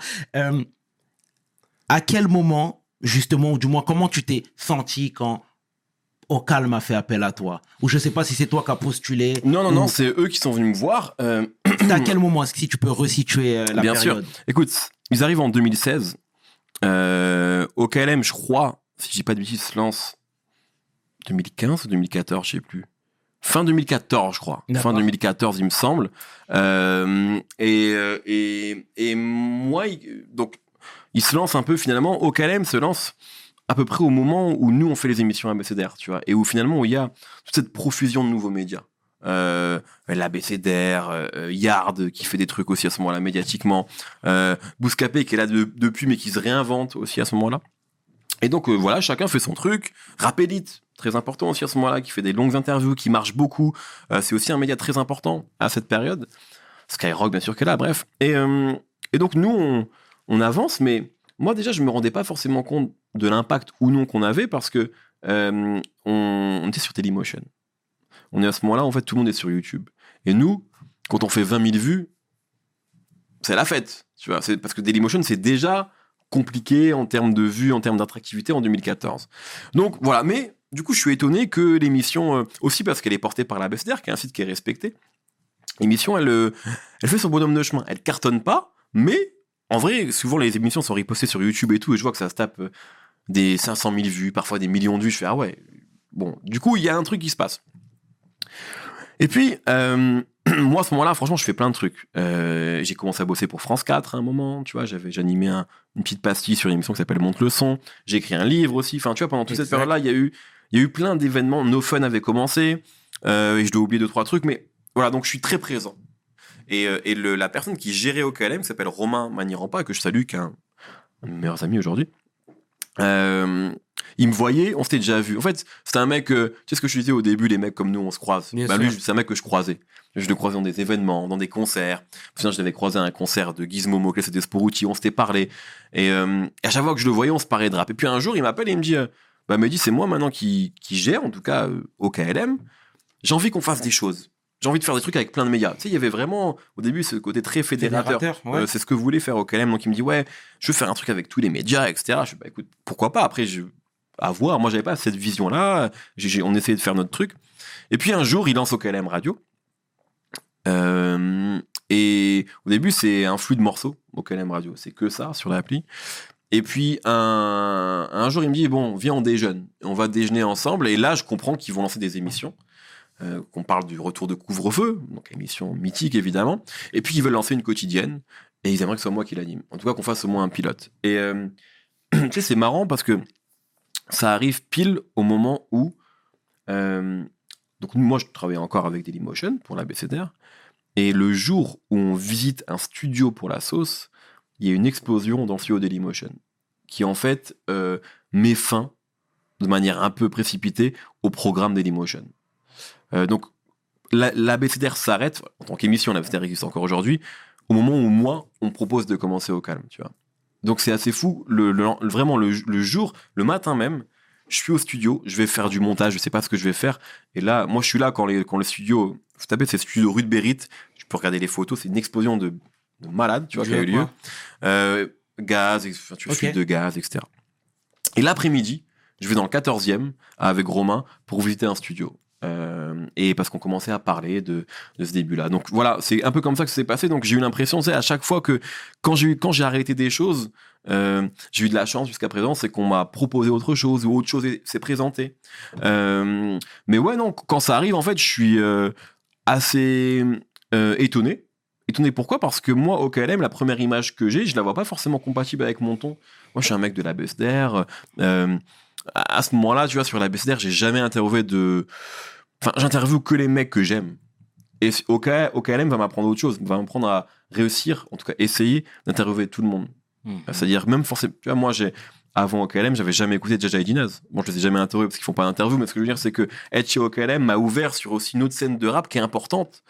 À quel moment, justement, ou du moins, comment tu t'es senti quand Ocalm a fait appel à toi? Ou je sais pas si c'est toi qui as postulé. Non, c'est eux qui sont venus me voir. C'était à quel moment? Est-ce que si tu peux resituer la Bien période? sûr. Écoute, ils arrivent en 2016. OKLM, je crois, si je dis pas de bêtises, se lance 2015 ou 2014, je sais plus. Fin 2014, je crois. D'accord. Fin 2014, il me semble. Et moi, donc, il se lance un peu, finalement, OKLM se lance à peu près au moment où nous, on fait les émissions ABCDR, tu vois, et où finalement, où il y a toute cette profusion de nouveaux médias. L'ABCDR, Yard, qui fait des trucs aussi à ce moment-là, médiatiquement. Bouscapé, qui est là depuis, mais qui se réinvente aussi à ce moment-là. Et donc, voilà, chacun fait son truc. Rap Elite, très important aussi à ce moment-là, qui fait des longues interviews, qui marche beaucoup. C'est aussi un média très important à cette période. Skyrock, bien sûr, qui est là, bref. Et donc, nous, on avance, mais moi, déjà, je me rendais pas forcément compte de l'impact ou non qu'on avait, parce que on était sur Dailymotion. On est à ce moment-là, en fait, tout le monde est sur YouTube. Et nous, quand on fait 20 000 vues, c'est la fête. Tu vois, c'est parce que Dailymotion, c'est déjà compliqué en termes de vues, en termes d'attractivité en 2014. Donc voilà, mais du coup, je suis étonné que l'émission, aussi parce qu'elle est portée par l'ABCDR, qui est un site qui est respecté, l'émission, elle fait son bonhomme de chemin. Elle cartonne pas, mais en vrai, souvent les émissions sont repostées sur YouTube et tout, et je vois que ça se tape des 500 000 vues, parfois des millions de vues. Je fais, ah ouais, bon, du coup, il y a un truc qui se passe. Et puis, moi, à ce moment-là, franchement, je fais plein de trucs. J'ai commencé à bosser pour France 4 à un moment, tu vois, j'animé une petite pastille sur une émission qui s'appelle Monte le son. J'ai écrit un livre aussi. Enfin, tu vois, pendant toute cette période-là, il y a eu plein d'événements. No Fun avait commencé. Et je dois oublier 2-3 trucs, mais voilà, donc je suis très présent. Et la personne qui gérait OKLM, qui s'appelle Romain Manirampa, que je salue, qui est un de mes meilleurs amis aujourd'hui, il me voyait, on s'était déjà vu. En fait, c'était un mec, tu sais ce que je disais au début, les mecs comme nous, on se croise. Bah, lui, c'est un mec que je croisais. Je le croisais dans des événements, dans des concerts. Sinon, je l'avais croisé à un concert de Gizmo, Moclès et Desporucci, on s'était parlé. Et à chaque fois que je le voyais, on se parlait de rap. Et puis un jour, il m'appelle et il me dit, c'est moi maintenant qui gère, en tout cas, OKLM. J'ai envie qu'on fasse des choses. J'ai envie de faire des trucs avec plein de médias. Tu sais, il y avait vraiment, au début, ce côté très fédérateur. Ouais. C'est ce que voulait faire OKLM. Donc, il me dit, ouais, je veux faire un truc avec tous les médias, etc. Je dis, bah écoute, pourquoi pas? Après, à voir. Moi, j'avais pas cette vision-là. On essayait de faire notre truc. Et puis, un jour, il lance OKLM Radio. Et au début, c'est un flux de morceaux, OKLM Radio. C'est que ça, sur l'appli. Et puis, un jour, il me dit, bon, viens, on déjeune. On va déjeuner ensemble. Et là, je comprends qu'ils vont lancer des émissions. Qu'on parle du retour de couvre-feu, donc émission mythique, évidemment. Et puis, ils veulent lancer une quotidienne. Et ils aimeraient que ce soit moi qui l'anime. En tout cas, qu'on fasse au moins un pilote. Et tu sais, c'est marrant parce que ça arrive pile au moment où... donc moi, je travaillais encore avec Dailymotion pour l'ABCDR. Et le jour où on visite un studio pour la sauce, il y a une explosion dans le studio Dailymotion qui, en fait, met fin, de manière un peu précipitée, au programme Dailymotion. Donc, l'ABCDR s'arrête, en tant qu'émission, l'ABCDR existe encore aujourd'hui, au moment où moi, on me propose de commencer OKLM, tu vois. Donc, c'est assez fou. Vraiment, le jour, le matin même, je suis au studio, je vais faire du montage, je sais pas ce que je vais faire. Et là, moi, je suis là quand le studio, vous tapez, c'est le studio rue de Bérite, je peux regarder les photos, c'est une explosion de malade, tu vois, qui a eu lieu. Gaz, fuite de gaz, etc. Et l'après-midi, je vais dans le 14e avec Romain pour visiter un studio. Et parce qu'on commençait à parler de ce début-là. Donc voilà, c'est un peu comme ça que ça s'est passé. Donc j'ai eu l'impression, tu sais, à chaque fois que quand j'ai arrêté des choses, j'ai eu de la chance jusqu'à présent, c'est qu'on m'a proposé autre chose ou autre chose s'est présenté. Mais ouais, non, quand ça arrive, en fait, je suis assez étonné. Étonné pourquoi? Parce que moi, OKLM, la première image que j'ai, je la vois pas forcément compatible avec mon ton. Moi, je suis un mec de l'ABCDR. À ce moment-là, tu vois, sur l'ABCDR, j'ai jamais interviewé Enfin, j'interviewe que les mecs que j'aime. Et OKLM va m'apprendre autre chose, va m'apprendre à réussir, en tout cas essayer d'interviewer tout le monde. C'est-à-dire, même forcément, tu vois, moi, avant OKLM, j'avais jamais écouté Jaja et Dinaz. Bon, je les ai jamais interviewés parce qu'ils font pas d'interview, mais ce que je veux dire, c'est que être chez OKLM m'a ouvert sur aussi une autre scène de rap qui est importante,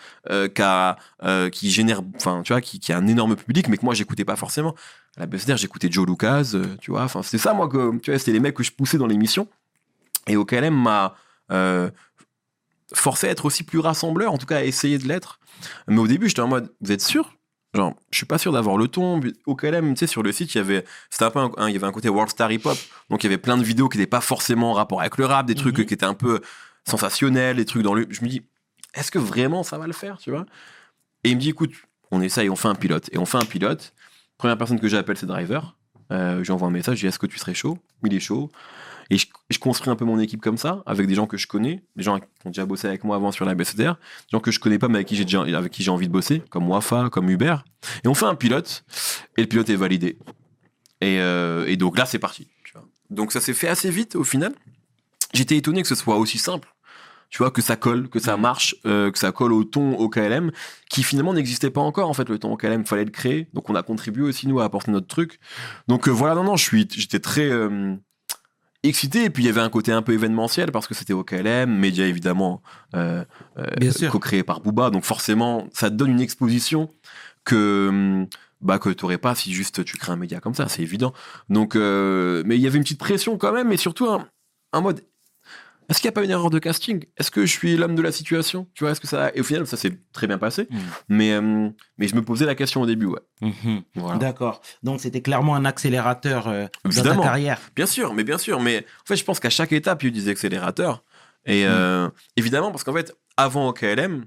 qui génère, enfin, tu vois, qui a un énorme public, mais que moi, j'écoutais pas forcément. À la BSDR, j'écoutais Joe Lucas, tu vois, enfin, c'était ça, moi, que, tu vois, c'était les mecs que je poussais dans l'émission. Et OKLM m'a forcé à être aussi plus rassembleur, en tout cas à essayer de l'être. Mais au début, j'étais en mode, vous êtes sûr? Genre, je suis pas sûr d'avoir le ton. OKLM, tu sais, sur le site, c'était un peu il y avait un côté Worldstar Hip Hop. Donc, il y avait plein de vidéos qui n'étaient pas forcément en rapport avec le rap, des trucs qui étaient un peu sensationnels, des trucs dans le. Je me dis, est-ce que vraiment ça va le faire, tu vois? Et il me dit, écoute, on essaye, on fait un pilote. Et on fait un pilote. Première personne que j'appelle, c'est Driver. J'envoie un message, je dis, est-ce que tu serais chaud? Il est chaud. Et je construis un peu mon équipe comme ça, avec des gens que je connais, des gens qui ont déjà bossé avec moi avant sur la BCDR, des gens que je connais pas, mais avec qui j'ai envie de bosser, comme Wafa, comme Hubert. Et on fait un pilote, et le pilote est validé. Et donc là, c'est parti. Tu vois. Donc ça s'est fait assez vite au final. J'étais étonné que ce soit aussi simple. Tu vois, que ça colle, que ça marche, que ça colle au ton OKLM, qui finalement n'existait pas encore, en fait, le ton OKLM, fallait le créer. Donc on a contribué aussi, nous, à apporter notre truc. Donc voilà, non, j'étais très excité. Et puis il y avait un côté un peu événementiel, parce que c'était OKLM, média évidemment, co-créé par Booba. Donc forcément, ça te donne une exposition que t'aurais pas si juste tu crées un média comme ça, c'est évident. Donc, mais il y avait une petite pression quand même, et surtout un mode... Est-ce qu'il n'y a pas une erreur de casting? Est-ce que je suis l'homme de la situation? Tu vois, est-ce que ça... Et au final, ça s'est très bien passé. Mais je me posais la question au début, ouais. Voilà. D'accord. Donc, c'était clairement un accélérateur dans ta carrière. Bien sûr. Mais en fait, je pense qu'à chaque étape, il y a eu des accélérateurs. Et évidemment, parce qu'en fait, avant OKLM,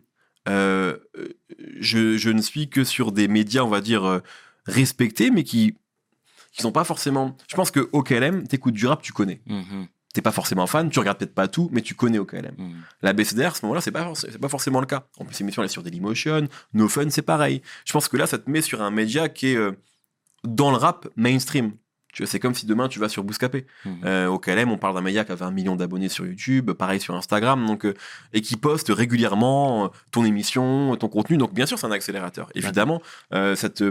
je ne suis que sur des médias, on va dire, respectés, mais qui sont pas forcément... Je pense que OKLM, t'écoutes du rap, tu connais. T'es pas forcément fan, tu regardes peut-être pas tout, mais tu connais OKLM. La BCDR, à ce moment-là, c'est pas forcément le cas. En plus, l'émission, elle est sur Dailymotion, No Fun, c'est pareil. Je pense que là, ça te met sur un média qui est dans le rap mainstream. Tu vois, c'est comme si demain, tu vas sur Bouscapé. OKLM, on parle d'un média qui avait 1 million d'abonnés sur YouTube, pareil sur Instagram, donc, et qui poste régulièrement ton émission, ton contenu. Donc, bien sûr, c'est un accélérateur. Évidemment, et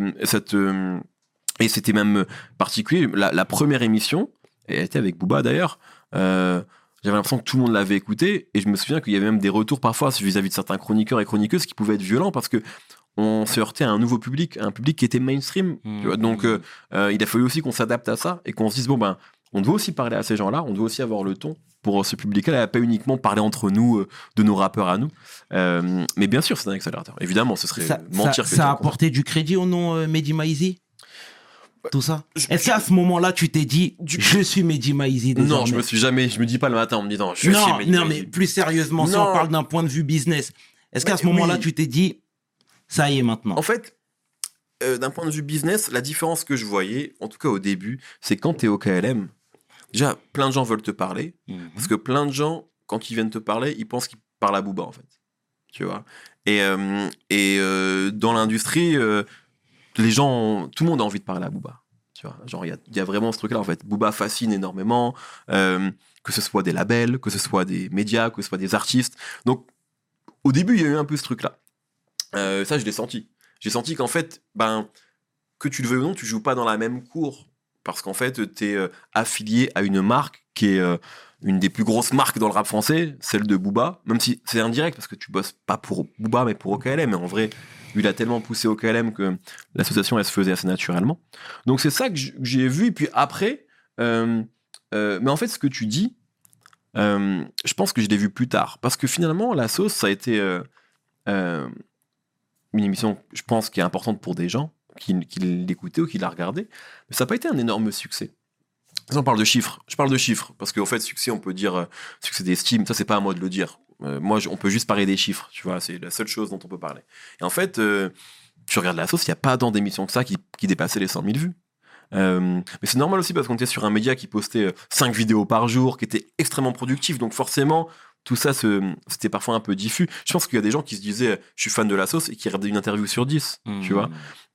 c'était même particulier. La première émission, elle était avec Booba d'ailleurs, j'avais l'impression que tout le monde l'avait écouté, et je me souviens qu'il y avait même des retours parfois vis-à-vis de certains chroniqueurs et chroniqueuses qui pouvaient être violents, parce que on se heurtait à un nouveau public, un public qui était mainstream. Tu vois, donc il a fallu aussi qu'on s'adapte à ça, et qu'on se dise, bon ben, on doit aussi parler à ces gens-là, on doit aussi avoir le ton pour ce public-là, et pas uniquement parler entre nous, de nos rappeurs à nous. Mais bien sûr, c'est un accélérateur. Évidemment, ce serait mentir. Ça a apporté du crédit au nom Mehdi Maizi? Tout ça. Est-ce qu'à ce moment-là, tu t'es dit, je suis Mehdi Maizi désormais? Non, je me dis pas le matin en me disant, je suis Mehdi Maizi. Non, mais plus sérieusement, si on parle d'un point de vue business, est-ce qu'à ce moment-là, tu t'es dit, ça y est maintenant? En fait, d'un point de vue business, la différence que je voyais, en tout cas au début, c'est quand t'es au KLM, déjà, plein de gens veulent te parler, parce que plein de gens, quand ils viennent te parler, ils pensent qu'ils parlent à Booba, en fait. Tu vois? Et dans l'industrie, les gens, tout le monde a envie de parler à Booba. Tu vois, genre, il y a vraiment ce truc-là, en fait. Booba fascine énormément, que ce soit des labels, que ce soit des médias, que ce soit des artistes. Donc, au début, il y a eu un peu ce truc-là. Ça, je l'ai senti. J'ai senti qu'en fait, que tu le veuilles ou non, tu joues pas dans la même cour. Parce qu'en fait, t'es affilié à une marque qui est une des plus grosses marques dans le rap français, celle de Booba. Même si c'est indirect, parce que tu bosses pas pour Booba, mais pour OKLM. Mais en vrai, lui, il a tellement poussé OKLM que l'association, elle se faisait assez naturellement. Donc, c'est ça que j'ai vu. Et puis après, mais en fait, ce que tu dis, je pense que je l'ai vu plus tard. Parce que finalement, La Sauce, ça a été une émission, je pense, qui est importante pour des gens qui l'écoutaient ou qui la regardaient. Mais ça n'a pas été un énorme succès. On parle de chiffres. Je parle de chiffres. Parce qu'en fait, succès, on peut dire succès d'estime. Ça, c'est pas à moi de le dire. On peut juste parler des chiffres. Tu vois, c'est la seule chose dont on peut parler. Et en fait, tu regardes La Sauce, il n'y a pas tant d'émissions que ça qui dépassaient les 100 000 vues. Mais c'est normal aussi parce qu'on était sur un média qui postait 5 vidéos par jour, qui était extrêmement productif. Donc forcément, tout ça, c'était parfois un peu diffus. Je pense qu'il y a des gens qui se disaient « je suis fan de La Sauce » et qui regardaient une interview sur 10. Tu vois.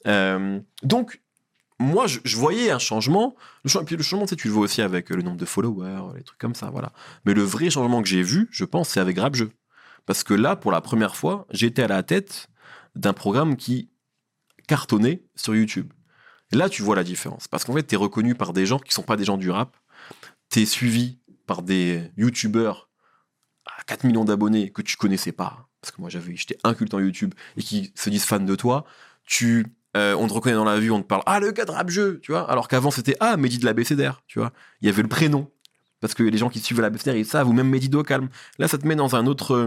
Donc, moi, je voyais un changement. Puis le changement, tu le vois aussi avec le nombre de followers, les trucs comme ça, voilà. Mais le vrai changement que j'ai vu, je pense, c'est avec Rap Jeu. Parce que là, pour la première fois, j'étais à la tête d'un programme qui cartonnait sur YouTube. Et là, tu vois la différence. Parce qu'en fait, t'es reconnu par des gens qui sont pas des gens du rap. T'es suivi par des youtubeurs à 4 millions d'abonnés que tu connaissais pas. Parce que moi, j'étais inculte en YouTube et qui se disent fans de toi. On te reconnaît dans la vue, on te parle « Ah, le gars de Rap Jeu !» tu vois. Alors qu'avant, c'était « Ah, Mehdi de la BCDR !» tu vois. Il y avait le prénom. parce que les gens qui suivent la BFTR, ils savent, ou même Medido Calme. Là, ça te met dans un autre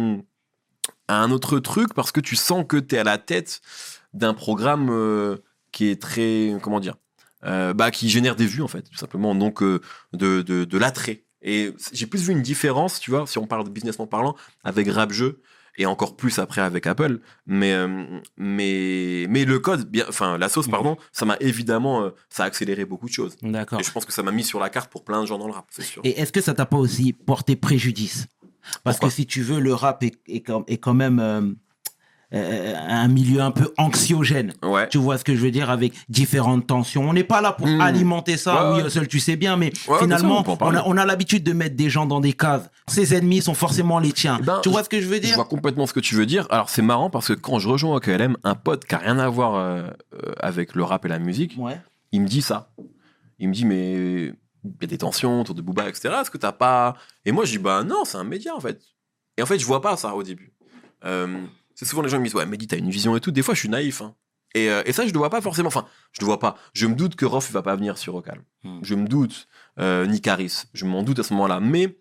truc, parce que tu sens que t'es à la tête d'un programme qui est très, comment dire, qui génère des vues, en fait, tout simplement, donc de l'attrait. Et j'ai plus vu une différence, tu vois, si on parle de businessment parlant, avec Rap Jeu, et encore plus après avec Apple, mais le code, la sauce, pardon, ça m'a évidemment, ça a accéléré beaucoup de choses. D'accord. Et je pense que ça m'a mis sur la carte pour plein de gens dans le rap, c'est sûr. Et est-ce que ça t'a pas aussi porté préjudice? Parce Pourquoi? que si tu veux, le rap est quand même un milieu un peu anxiogène. Ouais. Tu vois ce que je veux dire, avec différentes tensions. On n'est pas là pour alimenter ça, Ouais, oui, seul tu sais bien, mais Ouais, finalement, bien sûr, on peut en parler. on a l'habitude de mettre des gens dans des cases. Ses ennemis sont forcément les tiens. Eh ben, tu vois ce que je veux Je dire? vois complètement ce que tu veux dire. Alors, c'est marrant parce que quand je rejoins OKLM, un pote qui a rien à voir avec le rap et la musique, Ouais. il me dit ça. Il me dit, mais il y a des tensions autour de Booba, etc. Est-ce que t'as pas... Et moi, je dis, bah non, c'est un média, en fait. Et en fait, je vois pas ça au début. C'est souvent les gens qui me disent, ouais, Mehdi, t'as une vision et tout. Des fois, je suis naïf. Hein. Et ça, je le vois pas forcément. Enfin, je le vois pas. Je me doute que Rof, il va pas venir sur OKLM. Je me doute. Nicaris. Je m'en doute à ce moment-là. Mais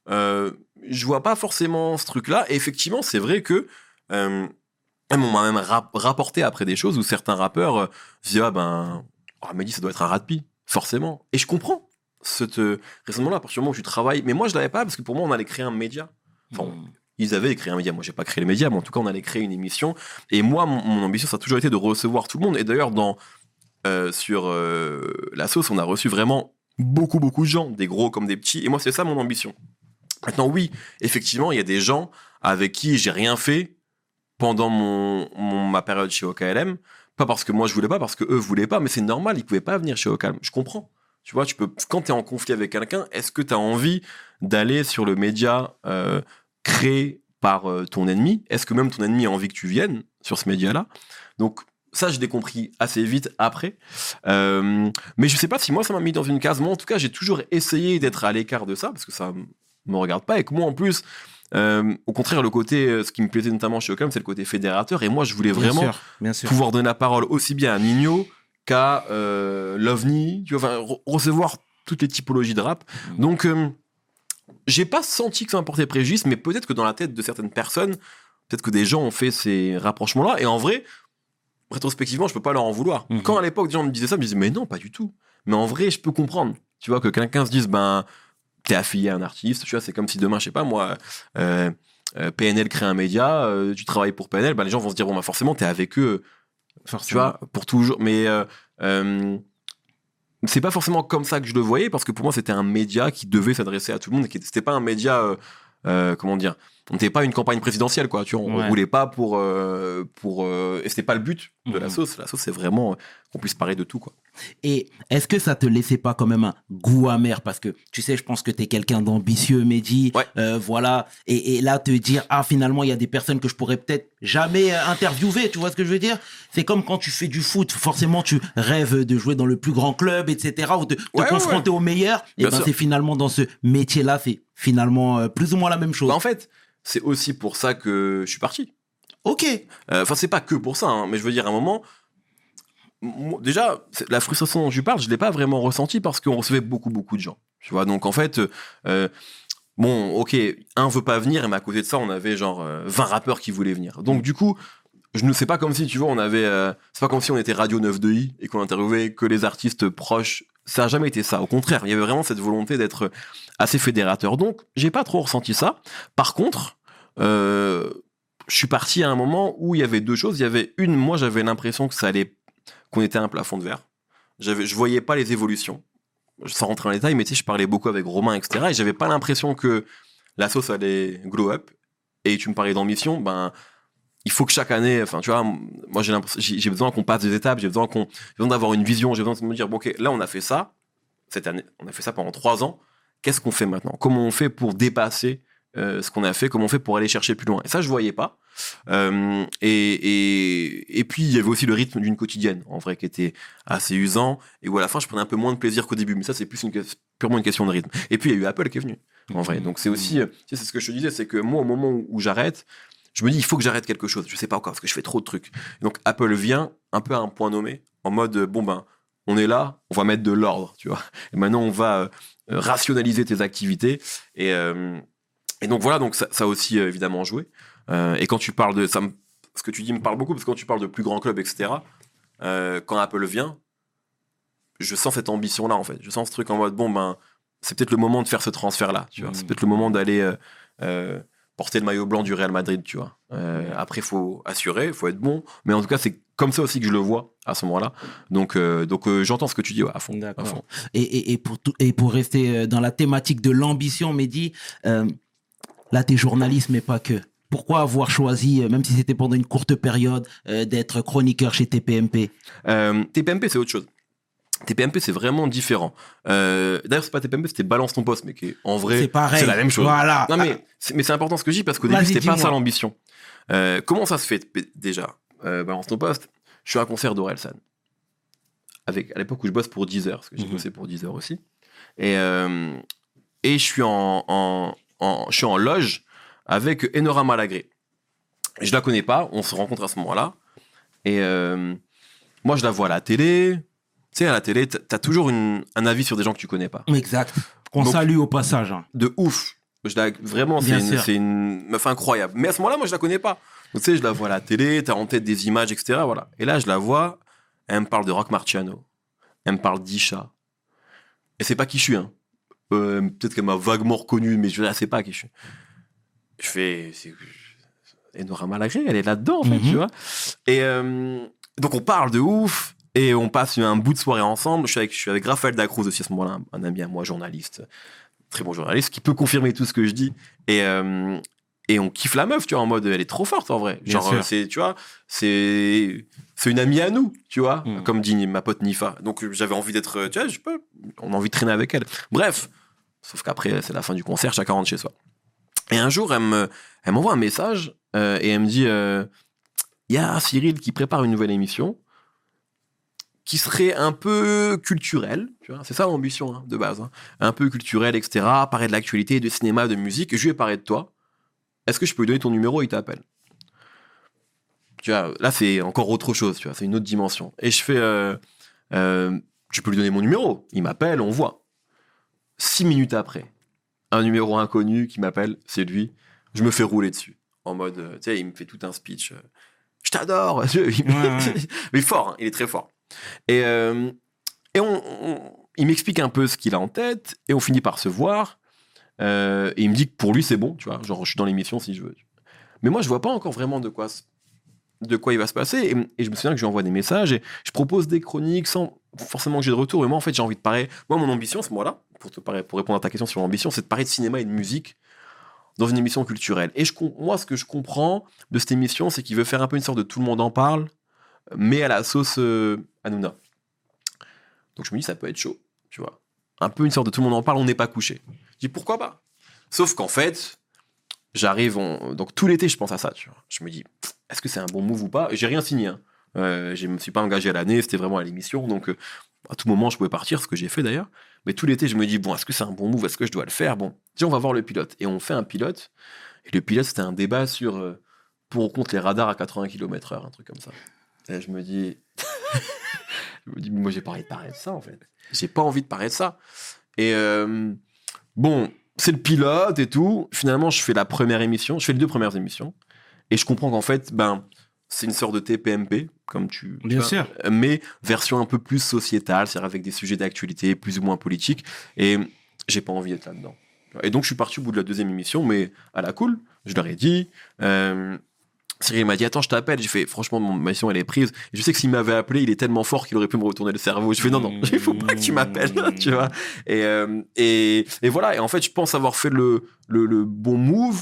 je vois pas forcément ce truc-là. Et effectivement, c'est vrai que... on m'a même rapporté après des choses où certains rappeurs se disent, Mehdi, ça doit être un rat de pie. Forcément. Et je comprends cette raisonnement-là, à partir du moment où tu travailles. Mais moi, je l'avais pas, parce que pour moi, on allait créer un média. Enfin, ils avaient créé un média. Moi, j'ai pas créé les médias, mais en tout cas, on allait créer une émission. Et moi, mon ambition, ça a toujours été de recevoir tout le monde. Et d'ailleurs, sur la sauce, on a reçu vraiment beaucoup, beaucoup de gens, des gros comme des petits. Et moi, c'est ça mon ambition. Maintenant, oui, effectivement, il y a des gens avec qui j'ai rien fait pendant ma période chez OKLM. Pas parce que moi, je voulais pas, parce que eux voulaient pas, mais c'est normal, ils pouvaient pas venir chez OKLM. Je comprends. Tu vois, quand tu es en conflit avec quelqu'un, est-ce que tu as envie d'aller sur le média créé par ton ennemi? Est-ce que même ton ennemi a envie que tu viennes sur ce média-là? Donc, ça, je l'ai compris assez vite après. Mais je sais pas si moi, ça m'a mis dans une case. Moi, en tout cas, j'ai toujours essayé d'être à l'écart de ça, parce que ça me regarde pas. Et que moi, en plus, au contraire, le côté, ce qui me plaisait notamment chez OKLM, c'est le côté fédérateur. Et moi, je voulais vraiment bien sûr. pouvoir donner la parole aussi bien à Nino qu'à l'OVNI, tu vois, recevoir toutes les typologies de rap. Donc, j'ai pas senti que ça m'apportait préjudice, mais peut-être que dans la tête de certaines personnes, peut-être que des gens ont fait ces rapprochements-là. Et en vrai, rétrospectivement, je peux pas leur en vouloir. Quand à l'époque, des gens me disaient ça, je me disais, mais non, pas du tout. Mais en vrai, je peux comprendre. Tu vois, que quelqu'un se dise, t'es affilié à un artiste, tu vois, c'est comme si demain, je sais pas, moi, PNL crée un média, tu travailles pour PNL, les gens vont se dire, forcément, t'es avec eux, forcément. Tu vois, pour toujours. Mais c'est pas forcément comme ça que je le voyais, parce que pour moi, c'était un média qui devait s'adresser à tout le monde, et c'était pas un média, comment dire, on n'était pas une campagne présidentielle, quoi, tu vois, on roulait pas pour et c'était pas le but de la sauce. La sauce, c'est vraiment qu'on puisse parler de tout, quoi. Et est-ce que ça te laissait pas quand même un goût amer? Parce que, tu sais, je pense que t'es quelqu'un d'ambitieux, Mehdi. Ouais. Voilà. Et là, te dire, finalement, il y a des personnes que je pourrais peut-être jamais interviewer. Tu vois ce que je veux dire? C'est comme quand tu fais du foot. Forcément, tu rêves de jouer dans le plus grand club, etc. Ou de te confronter aux meilleurs. Et c'est finalement dans ce métier-là, c'est finalement plus ou moins la même chose. En fait, c'est aussi pour ça que je suis parti. Ok. C'est pas que pour ça, hein, mais je veux dire, à un moment... Déjà, la frustration dont tu parles, je l'ai pas vraiment ressentie parce qu'on recevait beaucoup, beaucoup de gens. Tu vois, donc en fait, ok, un veut pas venir, mais à côté de ça, on avait genre 20 rappeurs qui voulaient venir. Donc du coup, je ne sais pas comme si, tu vois, on avait... c'est pas comme si on était Radio 9 et qu'on interviewait que les artistes proches. Ça a jamais été ça. Au contraire, il y avait vraiment cette volonté d'être assez fédérateur. Donc, j'ai pas trop ressenti ça. Par contre, je suis parti à un moment où il y avait deux choses. Il y avait une, moi, j'avais l'impression qu'on était à un plafond de verre. Je voyais pas les évolutions. Sans rentrer en détail, mais tu sais, je parlais beaucoup avec Romain, etc. Et j'avais pas l'impression que la sauce allait glow up. Et tu me parlais d'ambition, il faut que chaque année, enfin, tu vois, moi, j'ai besoin qu'on passe des étapes, j'ai besoin d'avoir une vision, j'ai besoin de me dire, bon, ok, là, on a fait ça, cette année, on a fait ça pendant 3 ans, qu'est-ce qu'on fait maintenant? Comment on fait pour dépasser ce qu'on a fait? Comment on fait pour aller chercher plus loin? Et ça, je voyais pas. Et puis, il y avait aussi le rythme d'une quotidienne, en vrai, qui était assez usant, et où à la fin, je prenais un peu moins de plaisir qu'au début, mais ça, c'est purement une question de rythme. Et puis, il y a eu Apple qui est venu, en vrai. Donc, c'est aussi, c'est ce que je te disais, c'est que moi, au moment où j'arrête, je me dis, il faut que j'arrête quelque chose. Je sais pas encore, parce que je fais trop de trucs. Donc, Apple vient un peu à un point nommé, en mode, on est là, on va mettre de l'ordre, tu vois. Et maintenant, on va rationaliser tes activités. Et donc voilà, donc ça a aussi évidemment joué. Et quand tu parles de... ce que tu dis me parle beaucoup, parce que quand tu parles de plus grands clubs, etc., quand Apple vient, je sens cette ambition-là, en fait. Je sens ce truc en mode, bon, ben, c'est peut-être le moment de faire ce transfert-là, tu vois. C'est peut-être le moment d'aller porter le maillot blanc du Real Madrid, tu vois. Après, il faut assurer, il faut être bon. Mais en tout cas, c'est comme ça aussi que je le vois à ce moment-là. Donc j'entends ce que tu dis, ouais, à fond. D'accord. À fond. Et pour rester dans la thématique de l'ambition, Mehdi, là, t'es journaliste, mais pas que. Pourquoi avoir choisi, même si c'était pendant une courte période, d'être chroniqueur chez TPMP? TPMP, c'est autre chose. TPMP, c'est vraiment différent. D'ailleurs, c'est pas TPMP, c'était Balance ton poste, mais qui est, en vrai, C'est pareil. c'est la même chose. Voilà. Non, mais c'est important ce que je dis, parce qu'au début, Vas-y, c'était pas dis-moi. ça l'ambition. Comment ça se fait, déjà Balance ton poste, je suis à un concert d'Orelsan. À l'époque où je bosse pour Deezer, parce que j'ai bossé pour Deezer aussi. Et je suis je suis en loge avec Enora Malagré. Je la connais pas, on se rencontre à ce moment-là. Et moi, je la vois à la télé. Tu sais, à la télé, t'as toujours un avis sur des gens que tu connais pas. Exact. Qu'on Donc, salue au passage. Hein. De ouf. Vraiment, Bien sûr. c'est une meuf incroyable. Mais à ce moment-là, moi, je la connais pas. Donc, tu sais, je la vois à la télé, t'as en tête des images, etc. Voilà. Et là, je la vois, elle me parle de Rock Marciano. Elle me parle d'Isha. Et c'est pas qui je suis, hein. Peut-être qu'elle m'a vaguement reconnu, mais je ne sais pas qui je suis. Je fais... Enora Malagré, elle est là-dedans, en fait, tu vois. Et donc, on parle de ouf. Et on passe un bout de soirée ensemble. Je suis avec Raphaël Dacruz aussi à ce moment-là, un ami à moi, journaliste, très bon journaliste, qui peut confirmer tout ce que je dis. Et on kiffe la meuf, tu vois, en mode, elle est trop forte en vrai. Bien sûr. Tu vois, c'est une amie à nous, tu vois, comme dit ma pote Nifa. Donc j'avais envie d'être, tu vois, on a envie de traîner avec elle. Bref, sauf qu'après, c'est la fin du concert, chacun rentre chez soi. Et un jour, elle m'envoie un message et elle me dit, il y a Cyril qui prépare une nouvelle émission qui serait un peu culturel, tu vois, c'est ça l'ambition hein, de base, hein. Un peu culturel, etc., parler de l'actualité, de cinéma, de musique, je lui ai parlé de toi, est-ce que je peux lui donner ton numéro, il t'appelle. Tu vois, là c'est encore autre chose, tu vois, c'est une autre dimension. Et je fais, je peux lui donner mon numéro, il m'appelle, on voit. 6 minutes après, un numéro inconnu qui m'appelle, c'est lui, je me fais rouler dessus, en mode, tu sais, il me fait tout un speech, je t'adore, mais fort, hein, il est très fort. Et il m'explique un peu ce qu'il a en tête, et on finit par se voir, et il me dit que pour lui c'est bon, tu vois, genre je suis dans l'émission si je veux. Mais moi je vois pas encore vraiment de quoi il va se passer, et je me souviens que je lui envoie des messages, et je propose des chroniques sans forcément que j'ai de retour, et moi en fait j'ai envie de parler, moi mon ambition ce mois-là, pour répondre à ta question sur l'ambition, c'est de parler de cinéma et de musique dans une émission culturelle. Et moi ce que je comprends de cette émission, c'est qu'il veut faire un peu une sorte de tout le monde en parle, mais à la sauce Hanouna. Donc je me dis, ça peut être chaud, tu vois. Un peu une sorte de tout le monde en parle, on n'est pas couché. Je dis, pourquoi pas? Sauf qu'en fait, j'arrive, donc tout l'été, je pense à ça, tu vois. Je me dis, est-ce que c'est un bon move ou pas? J'ai rien signé, hein. Je me suis pas engagé à l'année, c'était vraiment à l'émission, donc à tout moment, je pouvais partir, ce que j'ai fait d'ailleurs. Mais tout l'été, je me dis, bon, est-ce que c'est un bon move? Est-ce que je dois le faire? Bon, dis, on va voir le pilote. Et on fait un pilote, et le pilote, c'était un débat sur pour ou contre les radars à 80 km/h, un truc comme ça. Et je me dis, moi j'ai pas envie de parler de ça en fait. J'ai pas envie de parler de ça. Et bon, c'est le pilote et tout. Finalement, je fais la première émission, je fais les 2 premières émissions, et je comprends qu'en fait, c'est une sorte de TPMP, comme tu. Bien sûr. Mais version un peu plus sociétale, c'est-à-dire avec des sujets d'actualité plus ou moins politiques. Et j'ai pas envie d'être là-dedans. Et donc je suis parti au bout de la 2e émission, mais à la cool. Je leur ai dit. Cyril m'a dit attends je t'appelle, j'ai fait franchement ma mission elle est prise, et je sais que s'il m'avait appelé il est tellement fort qu'il aurait pu me retourner le cerveau. Je fais non il faut pas que tu m'appelles, tu vois. Et voilà, et en fait je pense avoir fait le bon move.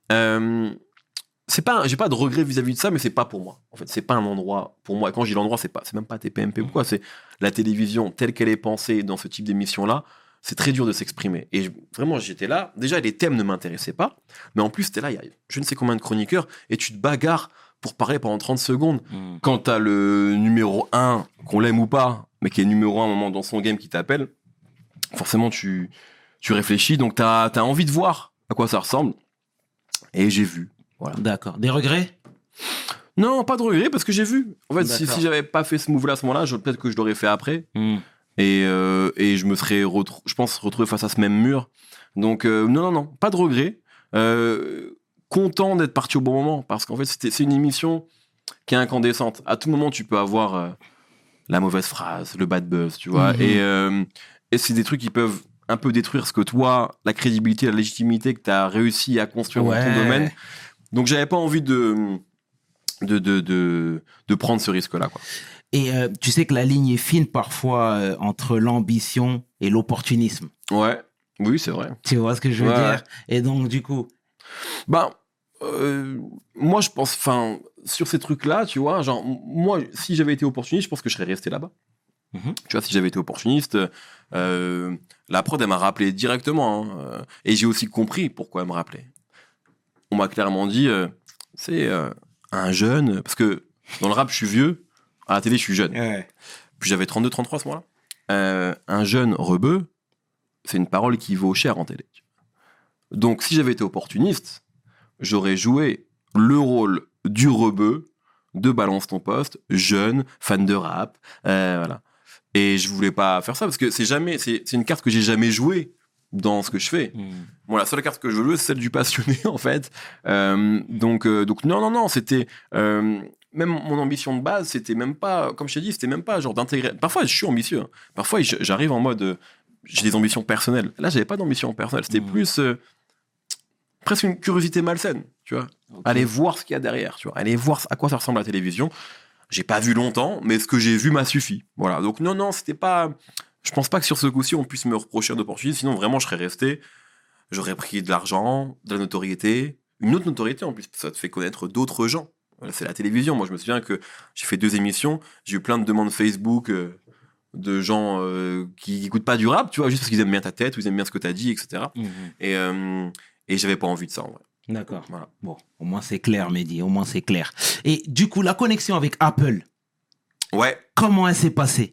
J'ai pas de regret vis-à-vis de ça, mais c'est pas pour moi en fait, c'est pas un endroit pour moi. Et quand je dis l'endroit, c'est même pas TPMP ou quoi, c'est la télévision telle qu'elle est pensée dans ce type d'émission là. C'est très dur de s'exprimer. Et vraiment, j'étais là. Déjà, les thèmes ne m'intéressaient pas. Mais en plus, t'es là, il y a je ne sais combien de chroniqueurs, et tu te bagarres pour parler pendant 30 secondes. Quand t'as le numéro 1, qu'on l'aime ou pas, mais qui est numéro 1 à un moment dans son game qui t'appelle, forcément, tu réfléchis. Donc, t'as envie de voir à quoi ça ressemble. Et j'ai vu. Voilà. D'accord. Des regrets? Non, pas de regret parce que j'ai vu. En fait, si D'accord. j'avais pas fait ce move-là à ce moment-là, peut-être que je l'aurais fait après. Et je me serais, je pense, retrouvé face à ce même mur. Donc, non, pas de regret. Content d'être parti au bon moment parce qu'en fait, c'est une émission qui est incandescente. À tout moment, tu peux avoir la mauvaise phrase, le bad buzz, tu vois. Et c'est des trucs qui peuvent un peu détruire ce que toi, la crédibilité, la légitimité que tu as réussi à construire dans ton domaine. Donc, j'avais pas envie de prendre ce risque-là, quoi. Et tu sais que la ligne est fine parfois entre l'ambition et l'opportunisme. Ouais, oui, c'est vrai. Tu vois ce que je veux dire? Et donc, du coup... Ben, moi, je pense, enfin, sur ces trucs-là, tu vois, genre, moi, si j'avais été opportuniste, je pense que je serais resté là-bas. Tu vois, si j'avais été opportuniste, la prod, elle m'a rappelé directement. Hein, et j'ai aussi compris pourquoi elle me rappelait. On m'a clairement dit, c'est un jeune, parce que dans le rap, je suis vieux, à la télé, je suis jeune. Ouais. Puis j'avais 32-33 à ce moment-là. Un jeune rebeu, c'est une parole qui vaut cher en télé. Donc, si j'avais été opportuniste, j'aurais joué le rôle du rebeu de Balance ton poste, jeune, fan de rap, voilà. Et je voulais pas faire ça parce que c'est une carte que j'ai jamais jouée dans ce que je fais. Bon, la seule carte que je veux jouer, c'est celle du passionné, en fait. Donc non, c'était même mon ambition de base, c'était même pas, comme je t'ai dit, c'était même pas genre d'intégrer. Parfois, je suis ambitieux. Hein. Parfois, j'arrive en mode, j'ai des ambitions personnelles. Là, j'avais pas d'ambition personnelle. C'était plus presque une curiosité malsaine, tu vois. Okay. Aller voir ce qu'il y a derrière, tu vois. Aller voir à quoi ça ressemble la télévision. J'ai pas vu longtemps, mais ce que j'ai vu m'a suffi. Voilà. Donc non, c'était pas. Je pense pas que sur ce coup-ci on puisse me reprocher une opportunité. Sinon, vraiment, je serais resté. J'aurais pris de l'argent, de la notoriété, une autre notoriété en plus. Ça te fait connaître d'autres gens. C'est la télévision. Moi, je me souviens que j'ai fait 2 émissions. J'ai eu plein de demandes Facebook de gens qui écoutent pas du rap, tu vois, juste parce qu'ils aiment bien ta tête ou ils aiment bien ce que t'as dit, etc. Et j'avais pas envie de ça, en vrai. D'accord. Voilà. Bon, au moins c'est clair, Mehdi. Au moins c'est clair. Et du coup, la connexion avec Apple. Ouais. Comment elle s'est passée?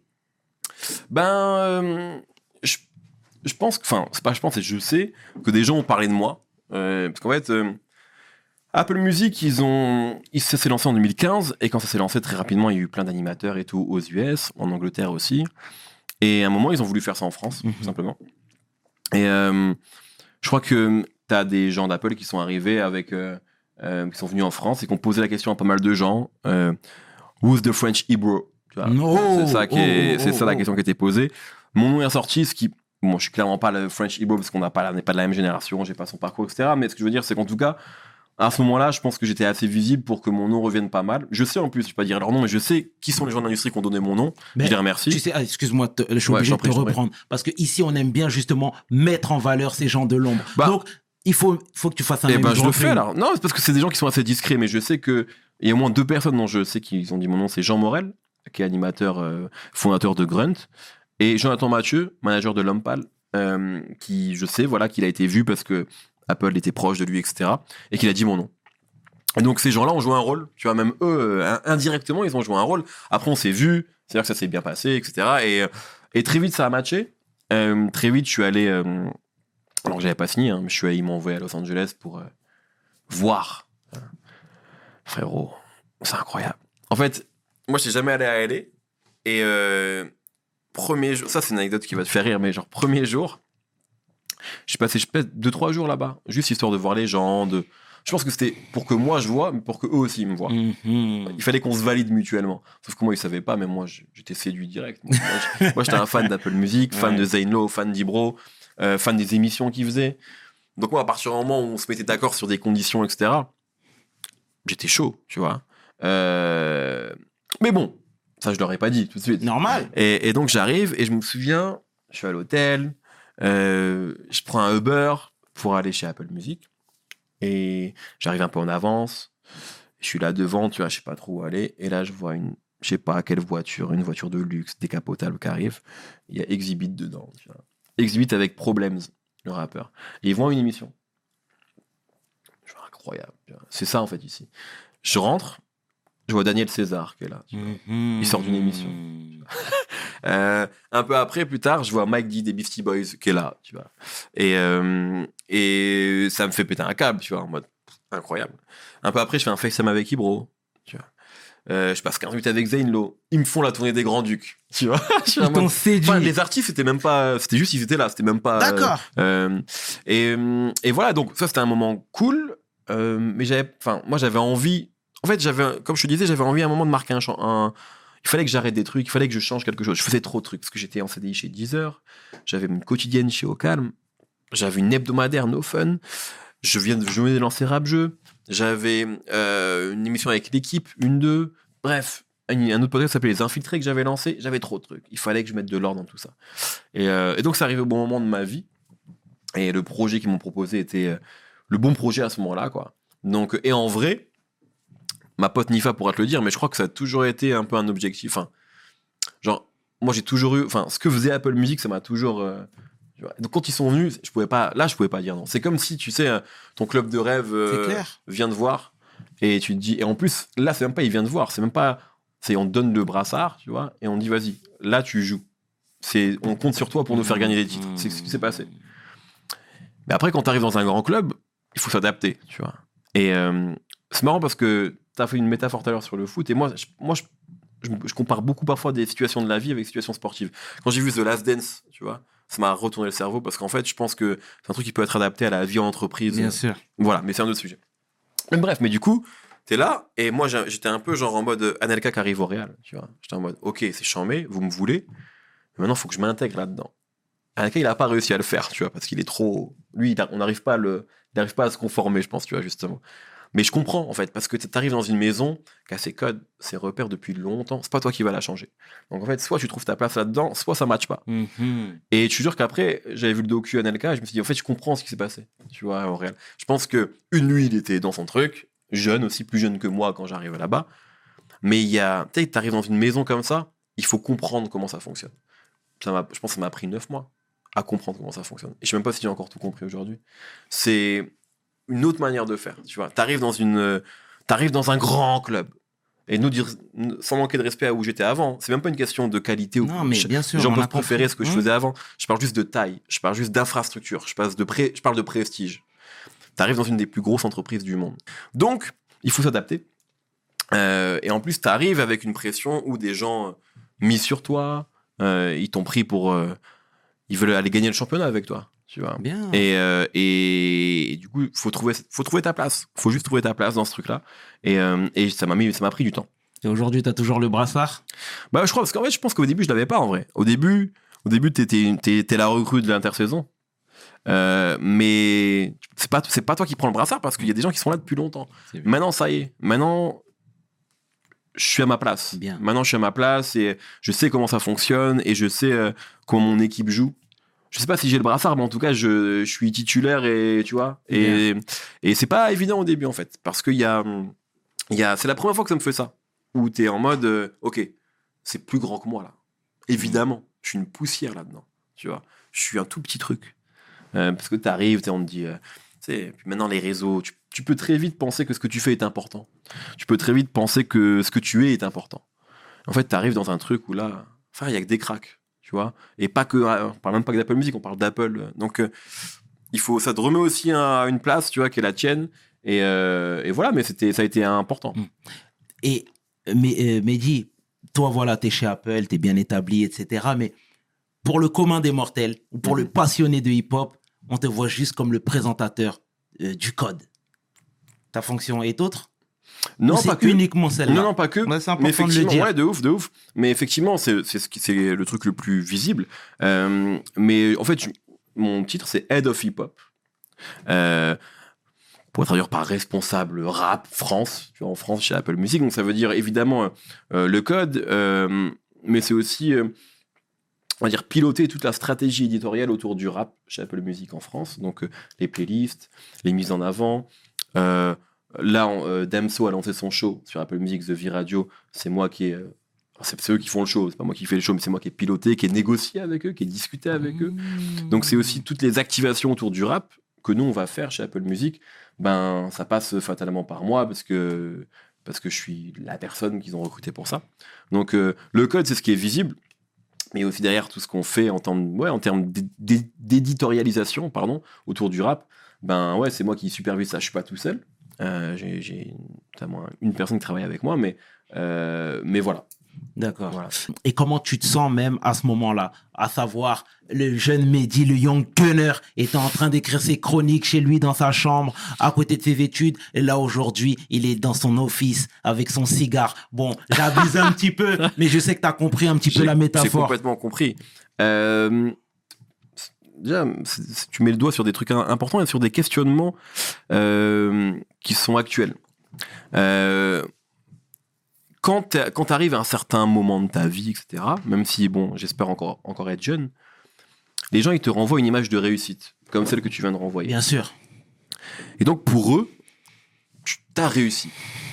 Ben, je pense que, enfin, c'est pas je pense, c'est je sais que des gens ont parlé de moi. Parce qu'en fait, Apple Music, ça s'est lancé en 2015. Et quand ça s'est lancé très rapidement, il y a eu plein d'animateurs et tout aux US, en Angleterre aussi. Et à un moment, ils ont voulu faire ça en France, tout simplement. Et je crois que t'as des gens d'Apple qui sont arrivés avec, qui sont venus en France et qui ont posé la question à pas mal de gens. Who's the French Hebrew? C'est ça la question qui a été posée. Mon nom est ressorti, ce qui, bon, je suis clairement pas le French Hebrew parce qu'on n'est pas de la même génération, j'ai pas son parcours, etc. Mais ce que je veux dire, c'est qu'en tout cas, à ce moment-là, je pense que j'étais assez visible pour que mon nom revienne pas mal. Je sais en plus, je vais pas dire leur nom, mais je sais qui sont les gens de l'industrie qui ont donné mon nom. Mais je les remercie. Tu sais, excuse-moi, je suis obligé de te reprendre. Parce que ici, on aime bien justement mettre en valeur ces gens de l'ombre. Donc, il faut que tu fasses un name je le fais alors. Non, c'est parce que c'est des gens qui sont assez discrets, mais je sais qu'il y a au moins 2 personnes dont je sais qu'ils ont dit mon nom. C'est Jean Morel, qui est animateur, fondateur de Grunt, et Jonathan Mathieu, manager de Lompal, qui, je sais, voilà, qu'il a été vu parce que Apple était proche de lui, etc., et qu'il a dit mon nom. Et donc ces gens-là ont joué un rôle, tu vois, même eux, indirectement, ils ont joué un rôle. Après, on s'est vu, c'est-à-dire que ça s'est bien passé, etc. Et très vite, ça a matché. Très vite, je suis allé, alors que j'avais pas signé, hein, mais ils m'ont envoyé à Los Angeles pour voir. Frérot, c'est incroyable. En fait, moi, je suis jamais allé à LA. Et premier jour, ça c'est une anecdote qui va te faire rire, mais genre premier jour, j'ai passé 2-3 jours là-bas, juste histoire de voir les gens, je pense que c'était pour que moi je vois, mais pour que eux aussi me voient. Il fallait qu'on se valide mutuellement. Sauf que moi, ils savaient pas, mais moi, j'étais séduit direct. Moi, j'étais un fan d'Apple Music, fan de Zane Lowe, fan d'Ibro, fan des émissions qu'ils faisaient. Donc moi, à partir du moment où on se mettait d'accord sur des conditions, etc., j'étais chaud, tu vois. Mais bon, ça, je leur ai pas dit tout de suite. Normal. Et donc, j'arrive et je me souviens, je suis à l'hôtel, je prends un Uber pour aller chez Apple Music. Et j'arrive un peu en avance. Je suis là devant, tu vois, je sais pas trop où aller. Et là, je vois je sais pas quelle voiture, une voiture de luxe, décapotable qui arrive. Il y a Exhibit dedans, tu vois. Exhibit avec Problems, le rappeur. Et ils vont à une émission. Je vois, incroyable. C'est ça, en fait, ici. Je rentre, je vois Daniel César qui est là. Tu vois. Il sort d'une émission. Un peu après, plus tard, je vois Mike D des Beastie Boys qui est là, tu vois. Et ça me fait péter un câble, tu vois, en mode incroyable. Un peu après, je fais un FaceTime avec Ibro, tu vois. Je passe 15 minutes avec Zayn Lowe. Ils me font la tournée des Grands Ducs. Tu vois, Ils t'ont séduit. Enfin, les artistes, c'était même pas. C'était juste, ils étaient là. C'était même pas. D'accord. Et voilà, donc ça, c'était un moment cool. Mais moi, j'avais envie. En fait, comme je te disais, j'avais envie à un moment de marquer il fallait que j'arrête des trucs, il fallait que je change quelque chose. Je faisais trop de trucs parce que j'étais en CDI chez Deezer, j'avais une quotidienne chez Au Calme, j'avais une hebdomadaire No Fun, je venais de lancer Rap Jeu, j'avais une émission avec l'équipe, bref, un autre podcast qui s'appelait Les Infiltrés que j'avais lancé, j'avais trop de trucs. Il fallait que je mette de l'ordre dans tout ça. Et donc, ça arrivait au bon moment de ma vie. Et le projet qu'ils m'ont proposé était le bon projet à ce moment-là, quoi. Donc, et en vrai, ma pote Nifa pourra te le dire, mais je crois que ça a toujours été un peu un objectif. Enfin, genre, moi j'ai toujours eu. Enfin, ce que faisait Apple Music, ça m'a toujours. Tu vois. Donc quand ils sont venus, je pouvais pas dire non. C'est comme si, tu sais, ton club de rêve vient te voir et tu te dis. Et en plus, là, c'est même pas il vient te voir, c'est même pas. C'est on te donne le brassard, tu vois, et on dit vas-y, là tu joues. On compte sur toi pour nous faire gagner des titres. C'est ce qui s'est passé. Mais après, quand tu arrives dans un grand club, il faut s'adapter, tu vois. Et c'est marrant parce que t'as fait une métaphore tout à l'heure sur le foot, et moi, je compare beaucoup parfois des situations de la vie avec des situations sportives. Quand j'ai vu The Last Dance, tu vois, ça m'a retourné le cerveau parce qu'en fait, je pense que c'est un truc qui peut être adapté à la vie en entreprise. Bien sûr. Voilà, mais c'est un autre sujet. Mais bref, mais du coup, t'es là, et moi, j'étais un peu genre en mode Anelka qui arrive au Real, tu vois. J'étais en mode, ok, c'est chambé, vous me voulez, mais maintenant, il faut que je m'intègre là-dedans. Anelka, il a pas réussi à le faire, tu vois, parce qu'il est trop. Lui, on n'arrive pas à se conformer, je pense, tu vois, justement. Mais je comprends, en fait, parce que t'arrives dans une maison qui a ses codes, ses repères depuis longtemps, c'est pas toi qui vas la changer. Donc, en fait, soit tu trouves ta place là-dedans, soit ça matche pas. Mm-hmm. Et je suis sûr qu'après, j'avais vu le docu Anelka, et je me suis dit, en fait, je comprends ce qui s'est passé, tu vois, au Real. Je pense que une nuit, il était dans son truc, jeune aussi, plus jeune que moi quand j'arrive là-bas. Mais tu sais, t'arrives dans une maison comme ça, il faut comprendre comment ça fonctionne. Je pense que ça m'a pris 9 mois à comprendre comment ça fonctionne. Et je sais même pas si j'ai encore tout compris aujourd'hui. C'est une autre manière de faire, tu vois. T'arrives dans un grand club. Et nous dire, sans manquer de respect à où j'étais avant, c'est même pas une question de qualité ou non, mais bien sûr, les gens peuvent préférer ce que je faisais avant. Je parle juste de taille, je parle juste d'infrastructure, je parle de prestige. T'arrives dans une des plus grosses entreprises du monde. Donc, il faut s'adapter. Et en plus, t'arrives avec une pression où des gens misent sur toi, ils t'ont pris pour... ils veulent aller gagner le championnat avec toi. Tu vois. Bien. Et du coup, faut trouver ta place. Faut juste trouver ta place dans ce truc-là. Et ça m'a pris du temps. Et aujourd'hui, t'as toujours le brassard ? Bah, je crois, parce qu'en fait, je pense qu'au début, je l'avais pas, en vrai. Au début, t'es la recrue de l'intersaison. Mais c'est pas toi qui prends le brassard parce qu'il y a des gens qui sont là depuis longtemps. Maintenant, ça y est. Maintenant, je suis à ma place. Bien. Maintenant, je suis à ma place et je sais comment ça fonctionne et je sais comment mon équipe joue. Je sais pas si j'ai le brassard, mais en tout cas, je suis titulaire et tu vois. Et c'est pas évident au début, en fait. Parce qu'il c'est la première fois que ça me fait ça. Où t'es en mode, ok, c'est plus grand que moi, là. Évidemment, je suis une poussière là-dedans. Tu vois. Je suis un tout petit truc. Parce que t'arrives, on te dit, puis maintenant les réseaux, tu peux très vite penser que ce que tu fais est important. Tu peux très vite penser que ce que tu es est important. En fait, t'arrives dans un truc où là, enfin, il y a que des cracks. Tu vois, et pas que, on parle même pas d'Apple Music, on parle d'Apple. Donc, ça te remet aussi à une place, tu vois, qui est la tienne. Et voilà, mais ça a été important. Et Mehdi, toi, voilà, t'es chez Apple, t'es bien établi, etc. Mais pour le commun des mortels, ou pour le passionné de hip-hop, on te voit juste comme le présentateur du code. Ta fonction est autre ? Non, pas que. Uniquement celle-là. Non, pas que. Ouais, c'est mais important de le dire. Ouais, de ouf. Mais effectivement, c'est le truc le plus visible. Mais en fait, mon titre, c'est Head of Hip Hop. Pour traduire par responsable rap France, tu vois, en France chez Apple Music. Donc ça veut dire évidemment le code, mais c'est aussi, on va dire, piloter toute la stratégie éditoriale autour du rap chez Apple Music en France. Donc les playlists, les mises en avant. Là, Damso a lancé son show sur Apple Music, The V-Radio. C'est moi qui c'est eux qui font le show, c'est pas moi qui fais le show, mais c'est moi qui ai piloté, qui ai négocié avec eux, qui ai discuté avec eux. Donc c'est aussi toutes les activations autour du rap que nous on va faire chez Apple Music. Ben ça passe fatalement par moi parce que je suis la personne qu'ils ont recruté pour ça. Donc le code, c'est ce qui est visible, mais aussi derrière tout ce qu'on fait en termes d'éditorialisation, autour du rap. Ben ouais, c'est moi qui supervise ça. Je suis pas tout seul. J'ai notamment une personne qui travaille avec moi, mais voilà. D'accord. Voilà. Et comment tu te sens même à ce moment-là, à savoir le jeune Mehdi, le young gunner, était en train d'écrire ses chroniques chez lui dans sa chambre, à côté de ses études, et là aujourd'hui, il est dans son office avec son cigare. Bon, j'abuse un petit peu, mais je sais que tu as compris un petit peu la J'ai métaphore. complètement compris. Déjà, tu mets le doigt sur des trucs importants et sur des questionnements qui sont actuels. Quand tu arrives à un certain moment de ta vie, etc., même si, bon, j'espère encore être jeune, les gens, ils te renvoient une image de réussite, comme celle que tu viens de renvoyer. Bien sûr. Et donc, pour eux, tu as réussi.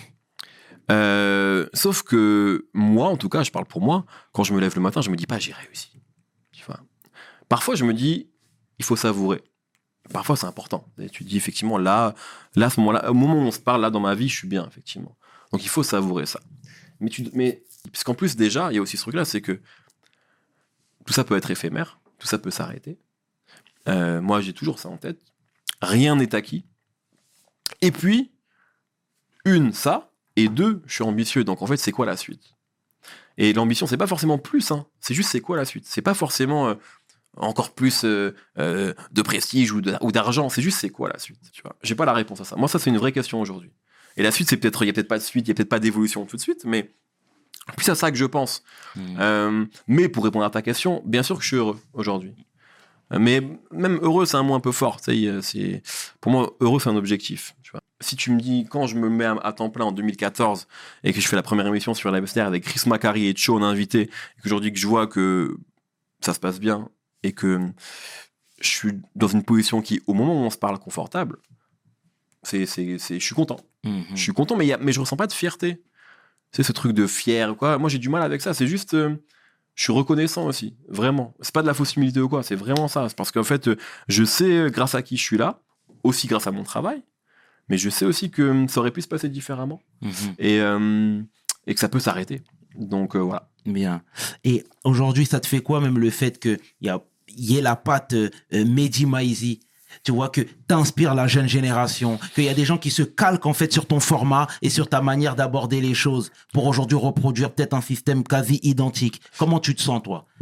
Sauf que moi, en tout cas, je parle pour moi, quand je me lève le matin, je me dis pas j'ai réussi. Tu vois. Parfois, je me dis, il faut savourer. Parfois, c'est important. Et tu te dis, effectivement, là, à ce moment-là, au moment où on se parle, là, dans ma vie, je suis bien, effectivement. Donc, il faut savourer ça. Mais puisqu'en plus, déjà, il y a aussi ce truc-là, c'est que tout ça peut être éphémère, tout ça peut s'arrêter. Moi, j'ai toujours ça en tête. Rien n'est acquis. Et puis, ça, et 2, je suis ambitieux. Donc, en fait, c'est quoi la suite? Et l'ambition, c'est pas forcément plus, hein. C'est juste, c'est quoi la suite? C'est pas forcément encore plus de prestige ou d'argent. C'est juste, c'est quoi la suite? Tu vois, j'ai pas la réponse à ça. Moi, ça, c'est une vraie question aujourd'hui. Et la suite, il y a peut-être pas de suite, il y a peut-être pas d'évolution tout de suite, mais puis c'est à ça que je pense. Mais pour répondre à ta question, bien sûr que je suis heureux aujourd'hui. Mais même heureux, c'est un mot un peu fort. Pour moi, heureux, c'est un objectif. Tu vois. Si tu me dis, quand je me mets à temps plein en 2014 et que je fais la première émission sur la BSTR avec Chris Macari et Cho en invité, et qu'aujourd'hui que je vois que ça se passe bien et que je suis dans une position qui, au moment où on se parle, confortable, je suis content. Je suis content, mais je ressens pas de fierté. C'est ce truc de fier, quoi. Moi, j'ai du mal avec ça. C'est juste, je suis reconnaissant aussi, vraiment. C'est pas de la fausse humilité ou quoi. C'est vraiment ça. C'est parce qu'en fait, je sais grâce à qui je suis là, aussi grâce à mon travail, mais je sais aussi que ça aurait pu se passer différemment et que ça peut s'arrêter. Donc voilà. Bien. Et aujourd'hui, ça te fait quoi, même le fait qu'il y ait la patte Mehdi Maizi? Tu vois que t'inspires la jeune génération, qu'il y a des gens qui se calquent en fait sur ton format et sur ta manière d'aborder les choses pour aujourd'hui reproduire peut-être un système quasi identique. Comment tu te sens, toi?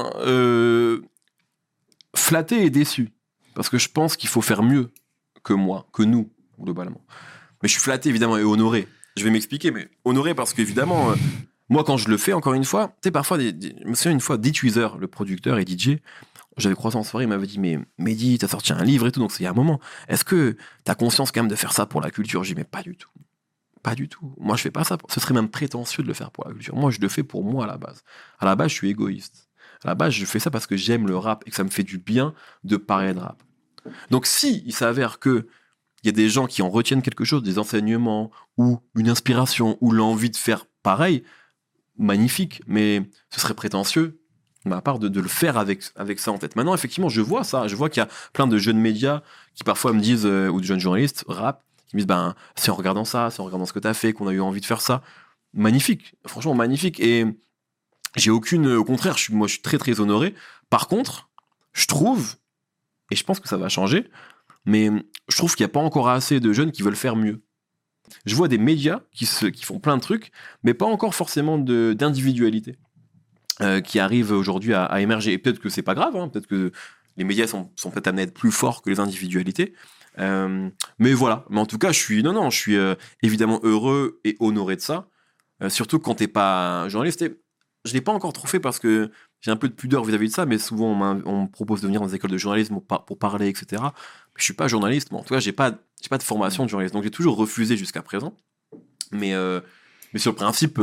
Flatté et déçu. Parce que je pense qu'il faut faire mieux que moi, que nous, globalement. Mais je suis flatté, évidemment, et honoré. Je vais m'expliquer, mais honoré parce qu'évidemment, moi, quand je le fais, encore une fois, tu sais, parfois, je me souviens une fois, Ditch Weezer, le producteur et DJ, j'avais croisé en soirée, il m'avait dit, mais Mehdi, t'as sorti un livre et tout, donc c'est il y a un moment. Est-ce que t'as conscience quand même de faire ça pour la culture? J'ai dit, mais pas du tout. Pas du tout. Moi, je fais pas ça. Ce serait même prétentieux de le faire pour la culture. Moi, je le fais pour moi à la base. À la base, je suis égoïste. À la base, je fais ça parce que j'aime le rap et que ça me fait du bien de parler de rap. Donc, si il s'avère que il y a des gens qui en retiennent quelque chose, des enseignements ou une inspiration ou l'envie de faire pareil, magnifique. Mais ce serait prétentieux de ma part de le faire avec ça en tête. Maintenant, effectivement, je vois ça. Je vois qu'il y a plein de jeunes médias qui parfois me disent, ou de jeunes journalistes, rap, qui me disent, c'est en regardant ça, c'est en regardant ce que t'as fait qu'on a eu envie de faire ça. Magnifique. Franchement, magnifique. Et j'ai au contraire, moi, je suis très, très honoré. Par contre, je trouve, et je pense que ça va changer, mais je trouve qu'il n'y a pas encore assez de jeunes qui veulent faire mieux. Je vois des médias qui font plein de trucs, mais pas encore forcément d'individualité. Qui arrivent aujourd'hui à émerger. Et peut-être que c'est pas grave, hein, peut-être que les médias sont peut-être amenés à être plus forts que les individualités. Mais voilà. Mais en tout cas, je suis évidemment heureux et honoré de ça. Surtout quand t'es pas journaliste. Et je l'ai pas encore trop fait parce que j'ai un peu de pudeur vis-à-vis de ça, mais souvent on me propose de venir dans des écoles de journalisme pour parler, etc. Je suis pas journaliste, mais en tout cas, j'ai pas de formation de journaliste. Donc j'ai toujours refusé jusqu'à présent. Mais sur le principe...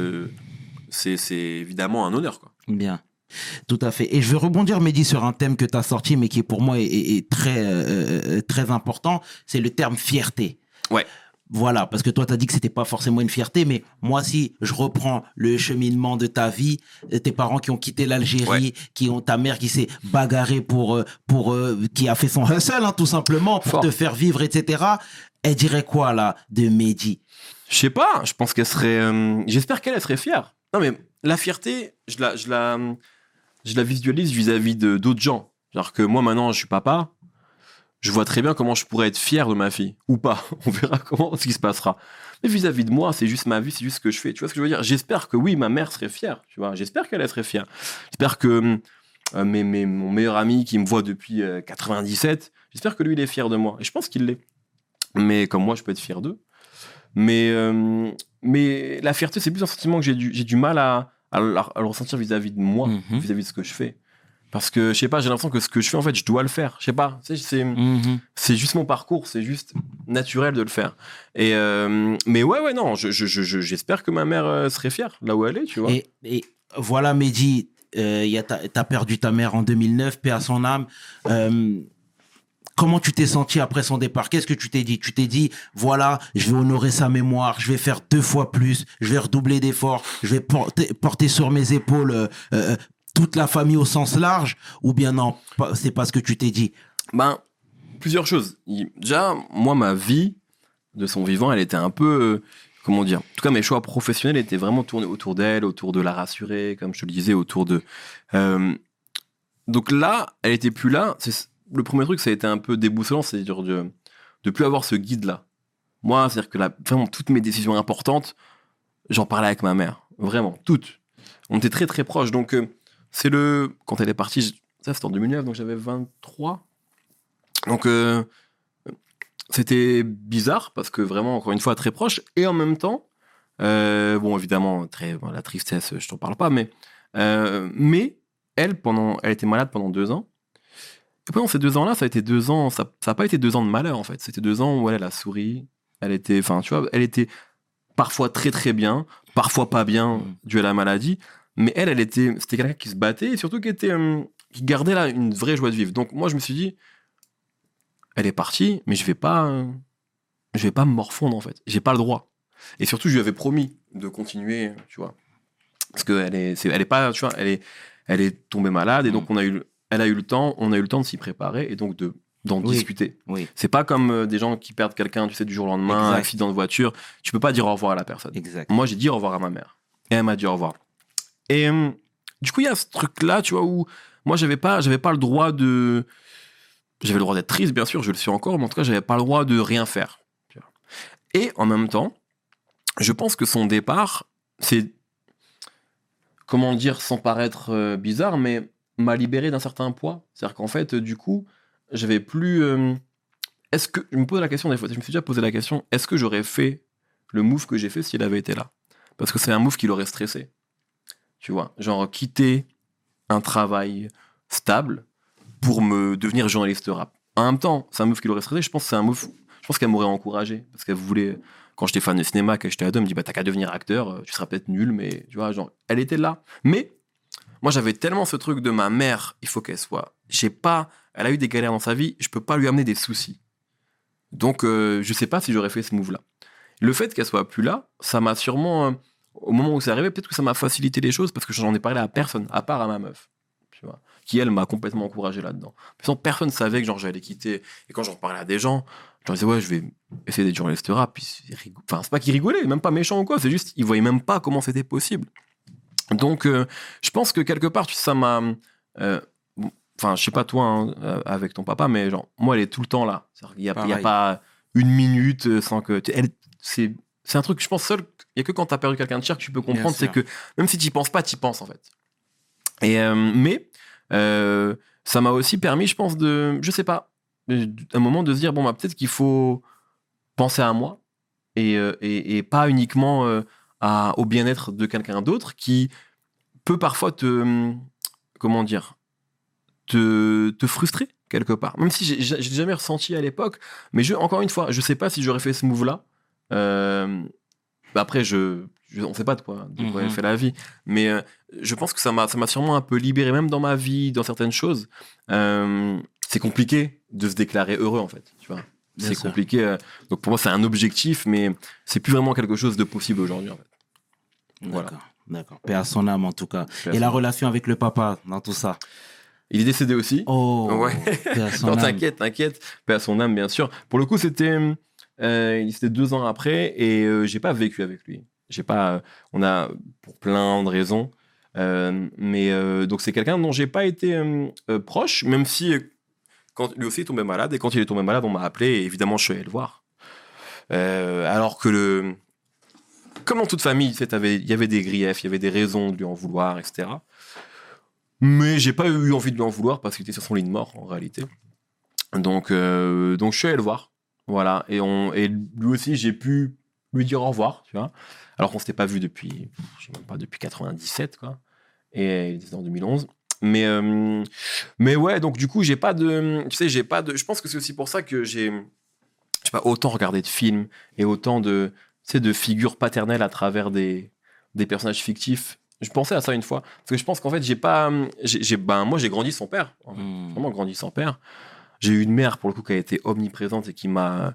c'est évidemment un honneur, quoi. Bien, tout à fait. Et je veux rebondir, Mehdi, sur un thème que tu as sorti, mais qui pour moi est très, très important, c'est le terme fierté. Ouais. Voilà, parce que toi, tu as dit que c'était pas forcément une fierté, mais moi, si je reprends le cheminement de ta vie, tes parents qui ont quitté l'Algérie, ta mère qui s'est bagarrée qui a fait son hustle, hein, tout simplement, pour te faire vivre, etc., elle dirait quoi, là, de Mehdi? Je sais pas, je pense qu'elle serait... j'espère qu'elle serait fière. Non, mais la fierté, je la visualise vis-à-vis d'autres gens. Genre que moi, maintenant, je suis papa. je vois très bien comment je pourrais être fier de ma fille. Ou pas. On verra ce qui se passera. Mais vis-à-vis de moi, c'est juste ma vie, c'est juste ce que je fais. Tu vois ce que je veux dire? J'espère que oui, ma mère serait fière. Tu vois, j'espère qu'elle serait fière. J'espère que mon meilleur ami qui me voit depuis 97, j'espère que lui, il est fier de moi. Et je pense qu'il l'est. Mais comme moi, je peux être fier d'eux. Mais la fierté, c'est plus un sentiment que j'ai du mal à le ressentir vis-à-vis de moi, vis-à-vis de ce que je fais. Parce que, je sais pas, j'ai l'impression que ce que je fais, en fait, je dois le faire. Je sais pas, c'est juste mon parcours, c'est juste naturel de le faire. Et mais ouais, non, j'espère que ma mère serait fière, là où elle est, tu vois. Et voilà, Mehdi, t'as perdu ta mère en 2009, paix à son âme. Comment tu t'es senti après son départ? Qu'est-ce que tu t'es dit? Tu t'es dit, voilà, je vais honorer sa mémoire, je vais faire 2 fois plus, je vais redoubler d'efforts, je vais porter sur mes épaules toute la famille au sens large, ou bien non, c'est pas ce que tu t'es dit? Ben, plusieurs choses. Déjà, moi, ma vie de son vivant, elle était un peu, comment dire, en tout cas, mes choix professionnels étaient vraiment tournés autour d'elle, autour de la rassurer, comme je te le disais, autour de... Donc là, elle était plus là. Le premier truc, ça a été un peu déboussolant, c'est-à-dire de plus avoir ce guide-là. Moi, c'est-à-dire que vraiment, toutes mes décisions importantes, j'en parlais avec ma mère. Vraiment, toutes. On était très, très proches. Donc, quand elle est partie, ça c'était en 2009, donc j'avais 23. Donc, c'était bizarre, parce que vraiment, encore une fois, très proche. Et en même temps, bon, évidemment, la tristesse, je t'en parle pas, mais elle était malade pendant 2 ans. Et pendant ces 2 ans-là, ça a été 2 ans, ça n'a pas été 2 ans de malheur, en fait. C'était 2 ans où elle a souri. Elle était parfois très, très bien, parfois pas bien, dû à la maladie. Mais c'était quelqu'un qui se battait et surtout qui gardait là une vraie joie de vivre. Donc moi, je me suis dit, elle est partie, mais je vais pas me morfondre, en fait. J'ai pas le droit. Et surtout, je lui avais promis de continuer, tu vois. Parce qu'elle est pas, tu vois, elle est tombée malade et donc on a eu le temps de s'y préparer et donc d'en discuter. Oui. C'est pas comme des gens qui perdent quelqu'un, tu sais, du jour au lendemain, un accident de voiture. Tu peux pas dire au revoir à la personne. Exact. Moi, j'ai dit au revoir à ma mère. Et elle m'a dit au revoir. Et du coup, il y a ce truc-là, tu vois, où moi, j'avais pas le droit de... J'avais le droit d'être triste, bien sûr, je le suis encore, mais en tout cas, j'avais pas le droit de rien faire. Tu vois. Et en même temps, je pense que son départ, c'est... Comment dire, sans paraître bizarre, mais m'a libéré d'un certain poids. C'est-à-dire qu'en fait, du coup, j'avais plus... Est-ce que... Je me pose la question des fois, je me suis déjà posé la question, est-ce que j'aurais fait le move que j'ai fait s'il avait été là? Parce que c'est un move qui l'aurait stressé. Tu vois, genre quitter un travail stable pour me devenir journaliste rap. En même temps, c'est un move qui l'aurait stressé, je pense qu'elle m'aurait encouragé, parce qu'elle voulait... Quand j'étais fan de cinéma, quand j'étais ado, elle me dit, bah, t'as qu'à devenir acteur, tu seras peut-être nul, mais tu vois, genre, elle était là. Mais moi, j'avais tellement ce truc de ma mère, il faut qu'elle soit... Elle a eu des galères dans sa vie, je peux pas lui amener des soucis. Donc, je sais pas si j'aurais fait ce move-là. Le fait qu'elle soit plus là, ça m'a sûrement... au moment où c'est arrivé, peut-être que ça m'a facilité les choses, parce que j'en ai parlé à personne, à part à ma meuf. Tu vois, qui, elle, m'a complètement encouragé là-dedans. Personne savait que genre, j'allais quitter. Et quand j'en parlais à des gens, je leur disais, ouais, je vais essayer d'être journaliste rap. Puis enfin, c'est pas qu'ils rigolaient, même pas méchant ou quoi, c'est juste, ils voyaient même pas comment c'était possible. Donc, je pense que quelque part, ça m'a... Enfin, je sais pas toi, hein, avec ton papa, mais genre, moi, elle est tout le temps là. Il y a pas une minute sans que... C'est un truc, je pense, seul... Il y a que quand t'as perdu quelqu'un de cher que tu peux comprendre, c'est que même si t'y penses pas, t'y penses, en fait. Et, mais ça m'a aussi permis, je pense, je sais pas, un moment de se dire, bon, bah, peut-être qu'il faut penser à moi et pas uniquement au bien-être de quelqu'un d'autre qui peut parfois te frustrer quelque part. Même si j'ai jamais ressenti à l'époque, mais encore une fois, je sais pas si j'aurais fait ce move-là. Après, on sait pas de quoi elle fait la vie, mais je pense que ça m'a sûrement un peu libéré, même dans ma vie, dans certaines choses. C'est compliqué de se déclarer heureux, en fait, tu vois. C'est compliqué. Donc pour moi, c'est un objectif, mais c'est plus vraiment quelque chose de possible aujourd'hui, en fait. Voilà. D'accord. Paix à son âme, en tout cas. Et la relation avec le papa dans tout ça? Il est décédé aussi. Oh, ouais. Paix à son non, âme. T'inquiète. Paix à son âme, bien sûr. Pour le coup, c'était 2 ans après et j'ai pas vécu avec lui. On a pour plein de raisons, mais donc c'est quelqu'un dont j'ai pas été proche, même si quand lui aussi est tombé malade, et quand il est tombé malade, on m'a appelé, et évidemment, je suis allé le voir. Alors que comme dans toute famille, tu sais, il y avait des griefs, il y avait des raisons de lui en vouloir, etc. Mais j'ai pas eu envie de lui en vouloir parce qu'il était sur son lit de mort, en réalité. Donc je suis allé le voir. Voilà. Et lui aussi, j'ai pu lui dire au revoir, tu vois. Alors qu'on s'était pas vu depuis, je sais même pas, depuis 97, quoi. Et il était en 2011. Mais ouais, donc du coup, j'ai pas de. Je pense que c'est aussi pour ça que j'ai pas, autant regardé de films et autant de figures paternelles à travers des personnages fictifs. Je pensais à ça une fois. Parce que je pense qu'en fait, moi, j'ai grandi sans père. Vraiment grandi sans père. J'ai eu une mère, pour le coup, qui a été omniprésente et qui m'a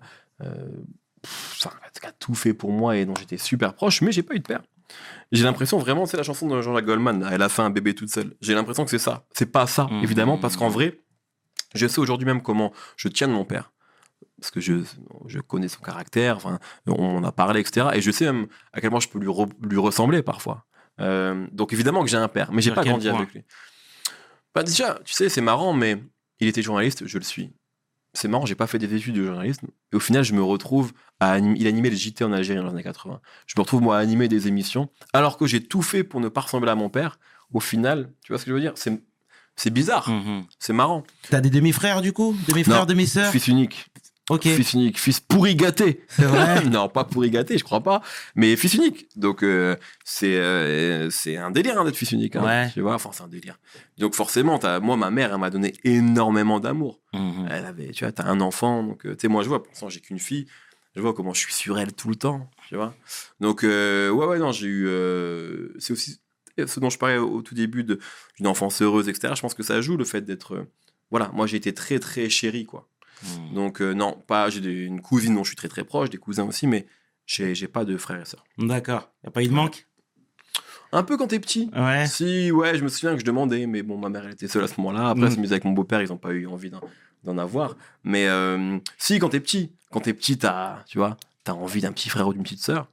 qui a tout fait pour moi et dont j'étais super proche, mais j'ai pas eu de père. J'ai l'impression vraiment, c'est la chanson de Jean-Jacques Goldman, elle a fait un bébé toute seule. J'ai l'impression que c'est ça. C'est pas ça, évidemment, parce qu'en vrai, je sais aujourd'hui même comment je tiens de mon père. Parce que je connais son caractère, on en a parlé, etc. Et je sais même à quel point je peux lui ressembler parfois. Donc évidemment que j'ai un père, mais j'ai pas grandi avec lui. Bah déjà, tu sais, c'est marrant, mais il était journaliste, je le suis. C'est marrant, j'ai pas fait des études de journalisme. Et au final, je me retrouve il animait le JT en Algérie dans les années 80. Je me retrouve, moi, à animer des émissions, alors que j'ai tout fait pour ne pas ressembler à mon père. Au final, tu vois ce que je veux dire ? C'est bizarre. C'est marrant. T'as des demi-frères, du coup ? Demi-frères, demi-sœurs ? Fils unique. Ok. Fils unique, fils pourri gâté. C'est vrai ? Non, pas pourri gâté, je crois pas. Mais fils unique. Donc, c'est un délire d'être fils unique. Hein, ouais. Tu vois, enfin, c'est un délire. Donc, forcément, moi, ma mère, elle m'a donné énormément d'amour. Elle avait, tu vois, t'as un enfant. Donc, tu sais, moi, je vois, pour l'instant, j'ai qu'une fille. Je vois comment je suis sur elle tout le temps. Tu vois. Donc, ouais, non, j'ai eu. C'est aussi ce dont je parlais au tout début d'une enfance heureuse, etc. Je pense que ça joue le fait d'être. Voilà, moi, j'ai été très, très chéri, quoi. Donc non, pas. J'ai une cousine dont je suis très très proche, des cousins aussi, mais j'ai pas de frères et sœurs. D'accord. Y a pas eu de manque ? Un peu quand t'es petit. Ouais. Si, ouais, je me souviens que je demandais, mais bon, ma mère elle était seule à ce moment-là. Après, elle se mise avec mon beau-père, ils ont pas eu envie d'en avoir. Mais si, quand t'es petit, t'as envie d'un petit frère ou d'une petite sœur.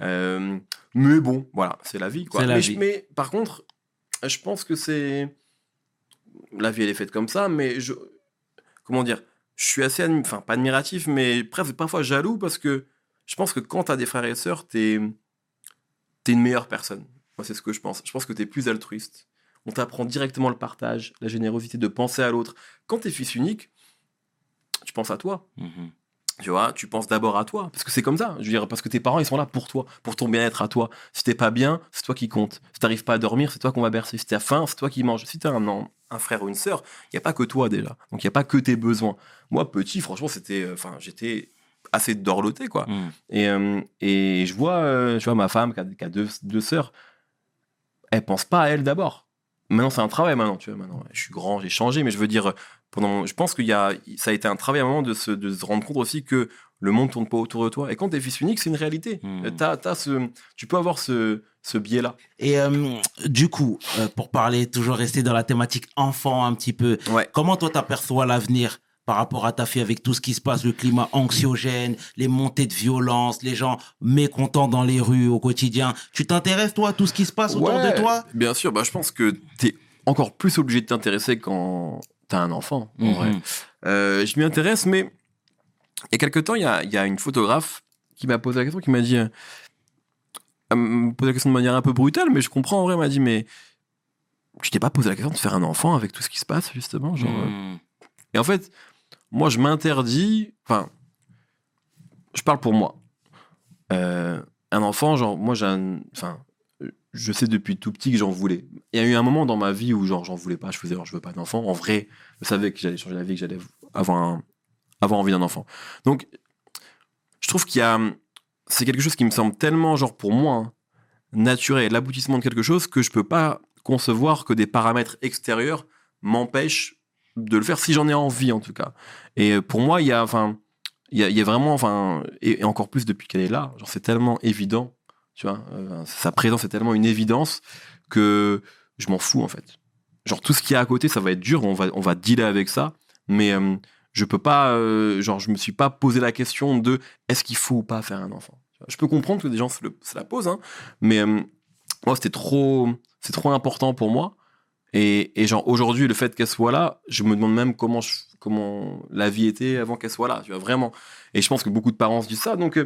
Mais bon, voilà, c'est la vie, quoi. Mais par contre, je pense que la vie elle est faite comme ça, mais comment dire, je suis assez, pas admiratif, mais parfois jaloux parce que je pense que quand t'as des frères et sœurs, t'es une meilleure personne. Moi, c'est ce que je pense. Je pense que t'es plus altruiste. On t'apprend directement le partage, la générosité, de penser à l'autre. Quand t'es fils unique, tu penses à toi. Tu vois, tu penses d'abord à toi. Parce que c'est comme ça. Je veux dire, parce que tes parents, ils sont là pour toi, pour ton bien-être à toi. Si t'es pas bien, c'est toi qui compte. Si t'arrives pas à dormir, c'est toi qu'on va bercer. Si t'as faim, c'est toi qui manges. Si t'as un frère ou une sœur, il n'y a pas que toi déjà. Donc il n'y a pas que tes besoins. Moi, petit, franchement, j'étais assez dorloté, quoi. Et je vois ma femme qui a deux sœurs. Elle pense pas à elle d'abord. Maintenant, c'est un travail, tu vois. Maintenant, je suis grand, j'ai changé, mais je veux dire, je pense que ça a été un travail à un moment de se rendre compte aussi que le monde tourne pas autour de toi. Et quand t'es fils unique, c'est une réalité. Tu peux avoir ce biais-là. Et du coup, pour rester dans la thématique enfant un petit peu, ouais. Comment toi t'aperçois l'avenir par rapport à ta fille avec tout ce qui se passe, le climat anxiogène, les montées de violence, les gens mécontents dans les rues au quotidien. Tu t'intéresses, toi, à tout ce qui se passe autour de toi ? Bien sûr, je pense que t'es encore plus obligé de t'intéresser quand t'as un enfant, en vrai. Je m'y intéresse, mais il y a quelque temps, il y a une photographe qui m'a posé la question, qui m'a dit... Elle me posait la question de manière un peu brutale, mais je comprends, en vrai, elle m'a dit, mais tu t'es pas posé la question de faire un enfant avec tout ce qui se passe, justement, Et en fait... Moi, je m'interdis... Enfin, je parle pour moi. Un enfant, moi, je sais depuis tout petit que j'en voulais. Il y a eu un moment dans ma vie où, j'en voulais pas. Je faisais, je veux pas d'enfant. En vrai, je savais que j'allais changer la vie, que j'allais avoir envie d'un enfant. Donc, je trouve c'est quelque chose qui me semble tellement, pour moi, naturel, l'aboutissement de quelque chose, que je peux pas concevoir que des paramètres extérieurs m'empêchent de le faire si j'en ai envie, en tout cas. Et pour moi, il y a vraiment, et encore plus depuis qu'elle est là, c'est tellement évident, tu vois, sa présence est tellement une évidence que je m'en fous, en fait. Tout ce qu'il y a à côté, ça va être dur, on va dealer avec ça, mais je peux pas, je me suis pas posé la question de est-ce qu'il faut ou pas faire un enfant. Je peux comprendre que des gens se la posent, hein, mais moi, c'est trop important pour moi Et genre, aujourd'hui, le fait qu'elle soit là, je me demande même comment la vie était avant qu'elle soit là, tu vois, vraiment. Et je pense que beaucoup de parents se disent ça. Donc,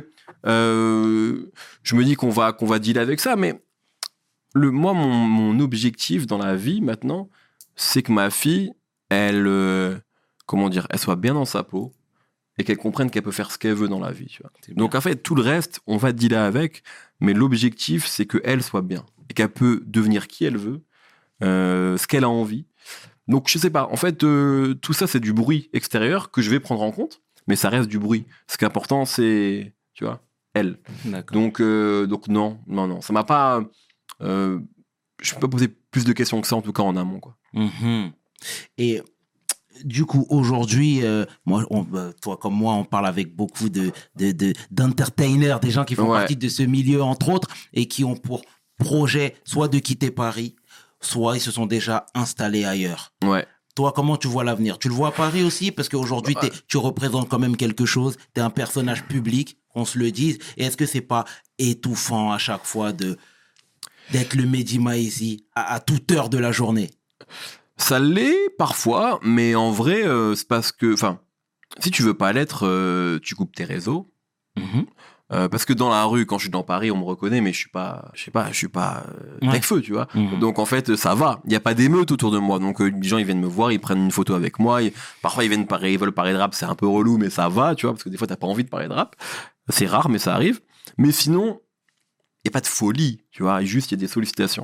je me dis qu'on va dealer avec ça. Mais moi, mon objectif dans la vie, maintenant, c'est que ma fille, elle soit bien dans sa peau et qu'elle comprenne qu'elle peut faire ce qu'elle veut dans la vie, tu vois. Donc, en fait, tout le reste, on va dealer avec. Mais l'objectif, c'est qu'elle soit bien et qu'elle peut devenir qui elle veut. Ce qu'elle a envie. Donc, je sais pas. En fait, tout ça, c'est du bruit extérieur que je vais prendre en compte, mais ça reste du bruit. Ce qui est important, c'est, tu vois, elle. D'accord. Donc non. Ça m'a pas. Je peux pas poser plus de questions que ça, en tout cas en amont, quoi. Mhm. Et du coup, aujourd'hui, toi comme moi, on parle avec beaucoup d'entertainers, des gens qui font partie de ce milieu, entre autres, et qui ont pour projet soit de quitter Paris, soit ils se sont déjà installés ailleurs. Ouais. Toi, comment tu vois l'avenir? Tu le vois à Paris aussi? Parce qu'aujourd'hui, tu représentes quand même quelque chose. Tu es un personnage public, qu'on se le dise. Et est-ce que c'est pas étouffant à chaque fois d'être le Mehdi Maizi à toute heure de la journée? Ça l'est parfois, mais en vrai, c'est parce que... Enfin, si tu veux pas l'être, tu coupes tes réseaux. Mhm. Parce que dans la rue, quand je suis dans Paris, on me reconnaît, mais je suis pas Necfeu, tu vois. Mhm. Donc en fait, ça va. Il y a pas d'émeute autour de moi. Donc les gens, ils viennent me voir, ils prennent une photo avec moi. Parfois, ils veulent parler de rap, c'est un peu relou, mais ça va, tu vois, parce que des fois, t'as pas envie de parler de rap. C'est rare, mais ça arrive. Mais sinon, il y a pas de folie, tu vois. Juste, il y a des sollicitations.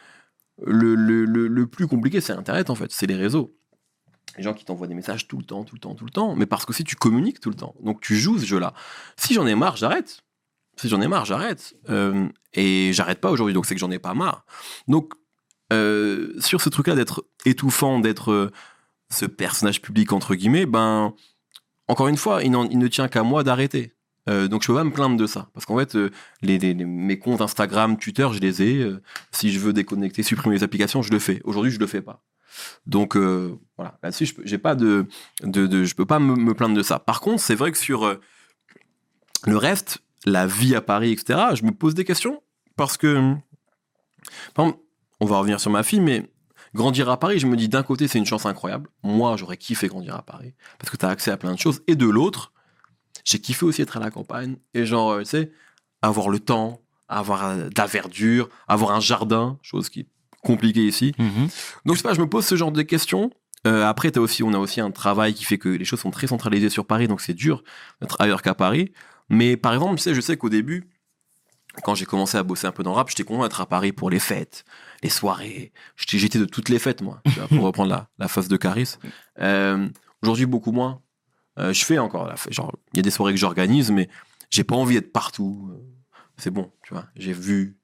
Le plus compliqué, c'est Internet, en fait. C'est les réseaux. Les gens qui t'envoient des messages tout le temps, mais parce que si tu communiques tout le temps, donc tu joues ce jeu-là. Si j'en ai marre, j'arrête. Et j'arrête pas aujourd'hui, donc c'est que j'en ai pas marre. Donc, sur ce truc-là d'être étouffant, d'être ce personnage public, entre guillemets, ben, encore une fois, il ne tient qu'à moi d'arrêter. Donc je peux pas me plaindre de ça. Parce qu'en fait, mes comptes Instagram, Twitter, je les ai. Si je veux déconnecter, supprimer les applications, je le fais. Aujourd'hui, je le fais pas. Donc voilà, là-dessus, je peux pas me plaindre de ça. Par contre, c'est vrai que sur le reste, la vie à Paris, etc., je me pose des questions parce que, par exemple, on va revenir sur ma fille, mais grandir à Paris, je me dis d'un côté, c'est une chance incroyable. Moi, j'aurais kiffé grandir à Paris parce que tu as accès à plein de choses. Et de l'autre, j'ai kiffé aussi être à la campagne et genre, tu sais, avoir le temps, avoir de la verdure, avoir un jardin, chose qui compliqué ici. Mhm. Donc, je sais pas, je me pose ce genre de questions. Après, on a aussi un travail qui fait que les choses sont très centralisées sur Paris, donc c'est dur d'être ailleurs qu'à Paris. Mais par exemple, tu sais, je sais qu'au début, quand j'ai commencé à bosser un peu dans le rap, j'étais content d'être à Paris pour les fêtes, les soirées. J'étais de toutes les fêtes, moi, tu vois, pour reprendre la phase de Caris. Aujourd'hui, beaucoup moins. Je fais encore la fête. Genre, il y a des soirées que j'organise, mais j'ai pas envie d'être partout. C'est bon, tu vois, j'ai vu.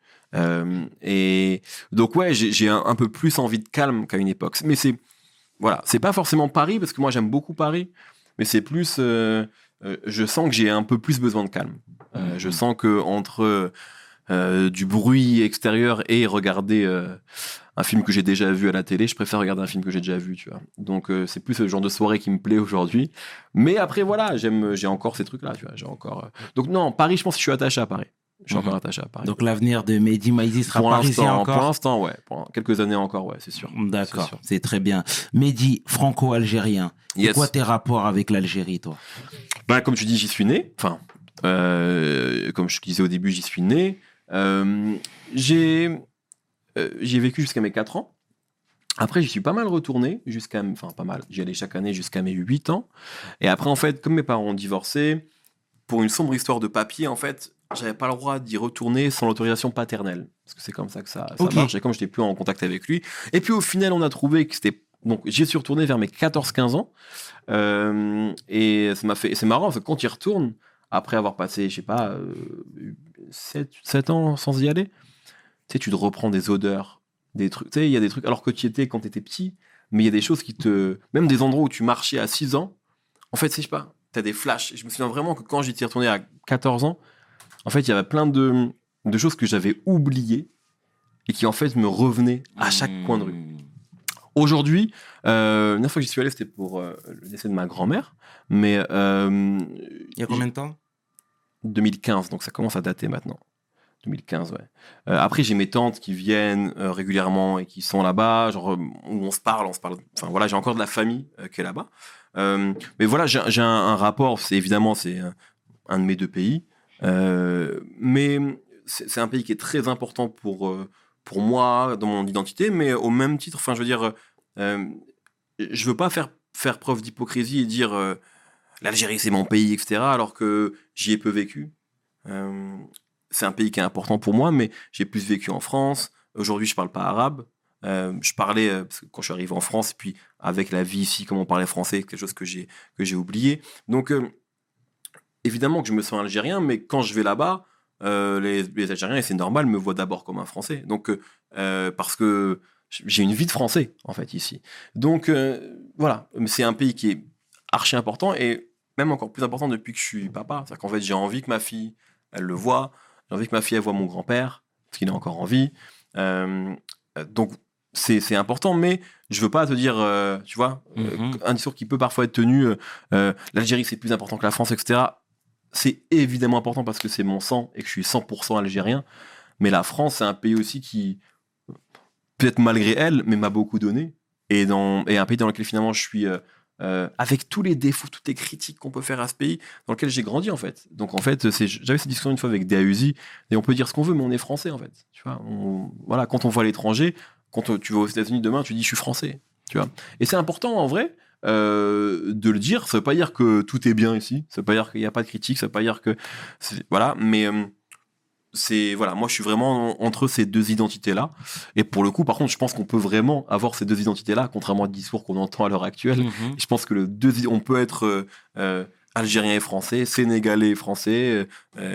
Et donc ouais, j'ai un peu plus envie de calme qu'à une époque. Mais c'est pas forcément Paris parce que moi j'aime beaucoup Paris, mais c'est plus, je sens que j'ai un peu plus besoin de calme. Je sens que entre du bruit extérieur et regarder un film que j'ai déjà vu à la télé, je préfère regarder un film que j'ai déjà vu, tu vois. Donc c'est plus ce genre de soirée qui me plaît aujourd'hui. Mais après voilà, j'ai encore ces trucs là, tu vois. Donc non, Paris, je pense que je suis attaché à Paris. Je suis encore attaché à Paris. Donc l'avenir de Mehdi Maizi sera parisien encore? Pour l'instant, ouais. Pour quelques années encore, ouais, c'est sûr. D'accord, c'est très bien. Mehdi, franco-algérien. Yes. C'est quoi tes rapports avec l'Algérie, toi? Ben, comme tu dis, j'y suis né. Enfin, comme je disais au début, j'y suis né. J'ai vécu jusqu'à mes 4 ans. Après, j'y suis pas mal retourné, pas mal. J'y allais chaque année jusqu'à mes 8 ans. Et après, en fait, comme mes parents ont divorcé, pour une sombre histoire de papier, en fait, j'avais pas le droit d'y retourner sans l'autorisation paternelle. Parce que c'est comme ça que ça marche. Et comme j'étais plus en contact avec lui. Et puis au final, on a trouvé que c'était... Donc j'y suis retourné vers mes 14-15 ans. Et c'est marrant parce que quand tu y retournes, après avoir passé, je sais pas, 7 ans sans y aller, tu sais, tu te reprends des odeurs, des trucs. Tu sais, il y a des trucs, alors que tu y étais quand tu étais petit, mais il y a des choses qui te... Même des endroits où tu marchais à 6 ans, en fait, je sais pas, tu as des flashs. Et je me souviens vraiment que quand j'y suis retourné à 14 ans, en fait, il y avait plein de choses que j'avais oubliées et qui, en fait, me revenaient à chaque coin de rue. Aujourd'hui, la dernière fois que j'y suis allé, c'était pour le décès de ma grand-mère. Mais il y a combien de temps? 2015, donc ça commence à dater maintenant. 2015, ouais. Après, j'ai mes tantes qui viennent régulièrement et qui sont là-bas, genre où on se parle. Enfin voilà, j'ai encore de la famille qui est là-bas. Mais voilà, j'ai un rapport. C'est évidemment c'est un de mes deux pays, mais c'est un pays qui est très important pour moi dans mon identité. Mais au même titre, enfin je veux dire, je veux pas faire preuve d'hypocrisie et dire l'Algérie c'est mon pays, etc. Alors que j'y ai peu vécu. C'est un pays qui est important pour moi, mais j'ai plus vécu en France. Aujourd'hui, je parle pas arabe. Je parlais parce que quand je suis arrivé en France, et puis avec la vie ici, comment on parlait français, quelque chose que j'ai oublié. Donc, évidemment que je me sens algérien, mais quand je vais là-bas, les Algériens, et c'est normal, me voient d'abord comme un Français. Donc, parce que j'ai une vie de Français, en fait, ici. Donc, voilà, c'est un pays qui est archi important, et même encore plus important depuis que je suis papa. C'est-à-dire qu'en fait, j'ai envie que ma fille, elle le voit. J'ai envie que ma fille, elle voit mon grand-père, parce qu'il est encore en vie. Donc, c'est important, mais je veux pas te dire, tu vois, un discours qui peut parfois être tenu, l'Algérie, c'est plus important que la France, etc. C'est évidemment important parce que c'est mon sang et que je suis 100% algérien. Mais la France, c'est un pays aussi qui, peut-être malgré elle, mais m'a beaucoup donné. Et un pays dans lequel finalement je suis... avec tous les défauts, toutes les critiques qu'on peut faire à ce pays, dans lequel j'ai grandi en fait. Donc en fait, j'avais cette discussion une fois avec Dahuzi, et on peut dire ce qu'on veut, mais on est français en fait. Tu vois, voilà, quand on va à l'étranger, quand tu vas aux États-Unis demain, tu dis je suis français. Tu vois. Et c'est important en vrai de le dire. Ça veut pas dire que tout est bien ici. Ça veut pas dire qu'il n'y a pas de critique. Ça veut pas dire que voilà, mais voilà, moi je suis vraiment entre ces deux identités-là. Et pour le coup, par contre, je pense qu'on peut vraiment avoir ces deux identités-là, contrairement au discours qu'on entend à l'heure actuelle. Je pense que on peut être algérien et français, sénégalais et français,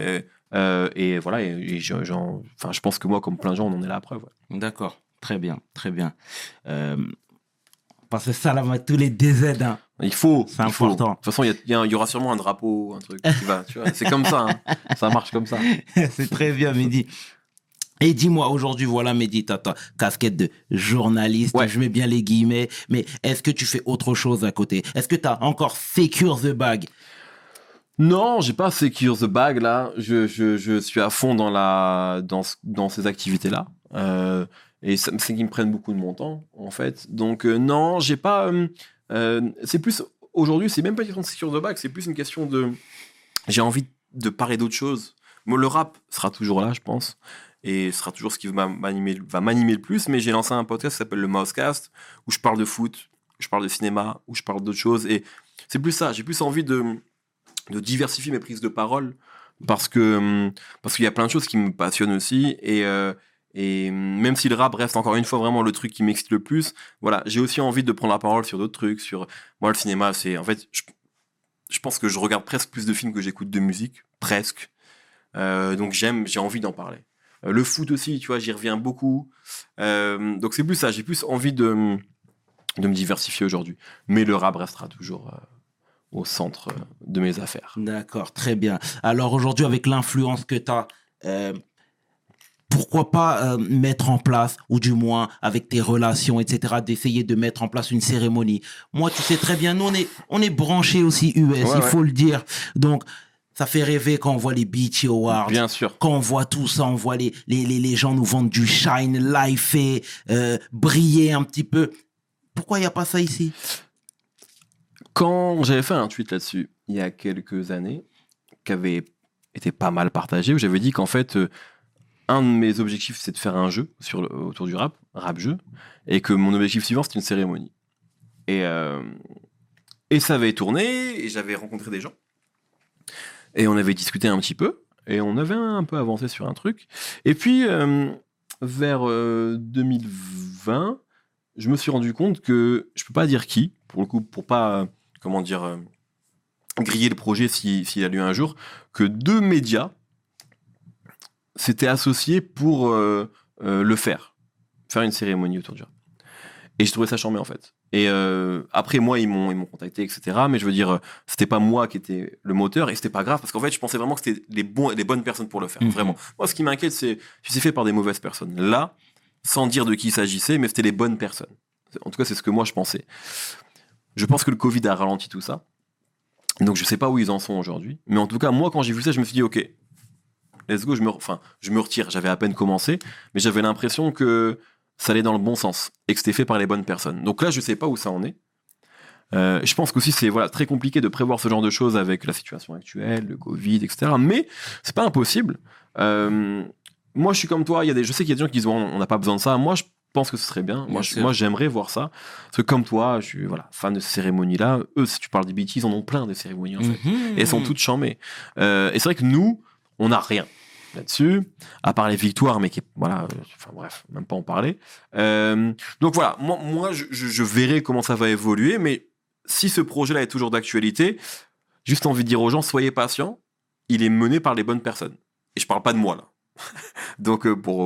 et voilà. Je pense que moi, comme plein de gens, on en est la preuve. Ouais. D'accord, très bien, très bien. Parce que salam à tous les DZ. Hein. Il faut. C'est important. De toute façon, il y aura sûrement un drapeau, un truc qui va. Tu vois, c'est comme ça. Hein. Ça marche comme ça. C'est très bien, Mehdi. Et dis-moi, aujourd'hui, voilà, Mehdi, t'as ta casquette de journaliste, ouais. Je mets bien les guillemets, mais est-ce que tu fais autre chose à côté? Est-ce que t'as encore Secure the Bag? Non, j'ai pas Secure the Bag, là. Je suis à fond dans ces activités-là. Et c'est qu'ils me prennent beaucoup de mon temps, en fait. Donc, non, j'ai pas... c'est plus... Aujourd'hui, c'est même pas une question de Secure the Bag, c'est plus une question de... J'ai envie de parler d'autres choses. Le rap sera toujours là, je pense. Et ce sera toujours ce qui va m'animer le plus. Mais j'ai lancé un podcast qui s'appelle le Mousecast, où je parle de foot, où je parle de cinéma, où je parle d'autres choses. Et c'est plus ça. J'ai plus envie de diversifier mes prises de parole. Parce qu'il y a plein de choses qui me passionnent aussi. Et même si le rap reste encore une fois vraiment le truc qui m'excite le plus, voilà, j'ai aussi envie de prendre la parole sur d'autres trucs. Moi, le cinéma, c'est... En fait, je pense que je regarde presque plus de films que j'écoute de musique. Presque. Donc j'ai envie d'en parler. Le foot aussi, tu vois, j'y reviens beaucoup. Donc c'est plus ça, j'ai plus envie de me diversifier aujourd'hui. Mais le rap restera toujours au centre de mes affaires. D'accord, très bien. Alors aujourd'hui, avec l'influence que tu as, pourquoi pas mettre en place, ou du moins avec tes relations, etc., d'essayer de mettre en place une cérémonie. Moi, tu sais très bien, nous, on est branchés aussi US, il faut le dire. Donc, ça fait rêver quand on voit les BET Awards. Bien sûr. Quand on voit tout ça, on voit les gens nous vendre du shine, life et briller un petit peu. Pourquoi il n'y a pas ça ici? Quand j'avais fait un tweet là-dessus, il y a quelques années, qui avait été pas mal partagé, où j'avais dit qu'en fait... un de mes objectifs, c'est de faire un jeu autour du rap-jeu, et que mon objectif suivant, c'était une cérémonie. Et ça avait tourné, et j'avais rencontré des gens, et on avait discuté un petit peu, et on avait un peu avancé sur un truc. Et puis, vers 2020, je me suis rendu compte que, je peux pas dire qui, pour le coup, pour pas, griller le projet s'il a lieu un jour, que 2 médias s'étaient associés pour le faire une cérémonie autour du rap. Et j'ai trouvé ça charmé en fait. Et après moi ils m'ont contacté, etc. Mais je veux dire, c'était pas moi qui étais le moteur, et c'était pas grave parce qu'en fait je pensais vraiment que c'était les bonnes personnes pour le faire. Vraiment. Moi ce qui m'inquiète c'est si c'est fait par des mauvaises personnes. Là, sans dire de qui il s'agissait, mais c'était les bonnes personnes. En tout cas c'est ce que moi je pensais. Je pense que le Covid a ralenti tout ça. Donc je sais pas où ils en sont aujourd'hui. Mais en tout cas moi quand j'ai vu ça je me suis dit ok, let's go, je me retire. J'avais à peine commencé, mais j'avais l'impression que ça allait dans le bon sens et que c'était fait par les bonnes personnes. Donc là, je sais pas où ça en est. Je pense qu'aussi c'est très compliqué de prévoir ce genre de choses avec la situation actuelle, le Covid, etc. Mais c'est pas impossible. Moi, je suis comme toi. Je sais qu'il y a des gens qui disent on n'a pas besoin de ça. Moi, je pense que ce serait bien. Moi, j'aimerais voir ça. Parce que comme toi, je suis fan de ces cérémonies-là. Eux, si tu parles des bêtises, ils en ont plein des cérémonies en fait. Et elles sont toutes chambées. Et c'est vrai que nous, on n'a rien là-dessus, à part les victoires, mais bref, même pas en parler. Donc voilà, moi je verrai comment ça va évoluer, mais si ce projet-là est toujours d'actualité, juste envie de dire aux gens, soyez patients, il est mené par les bonnes personnes. Et je parle pas de moi, là. Donc,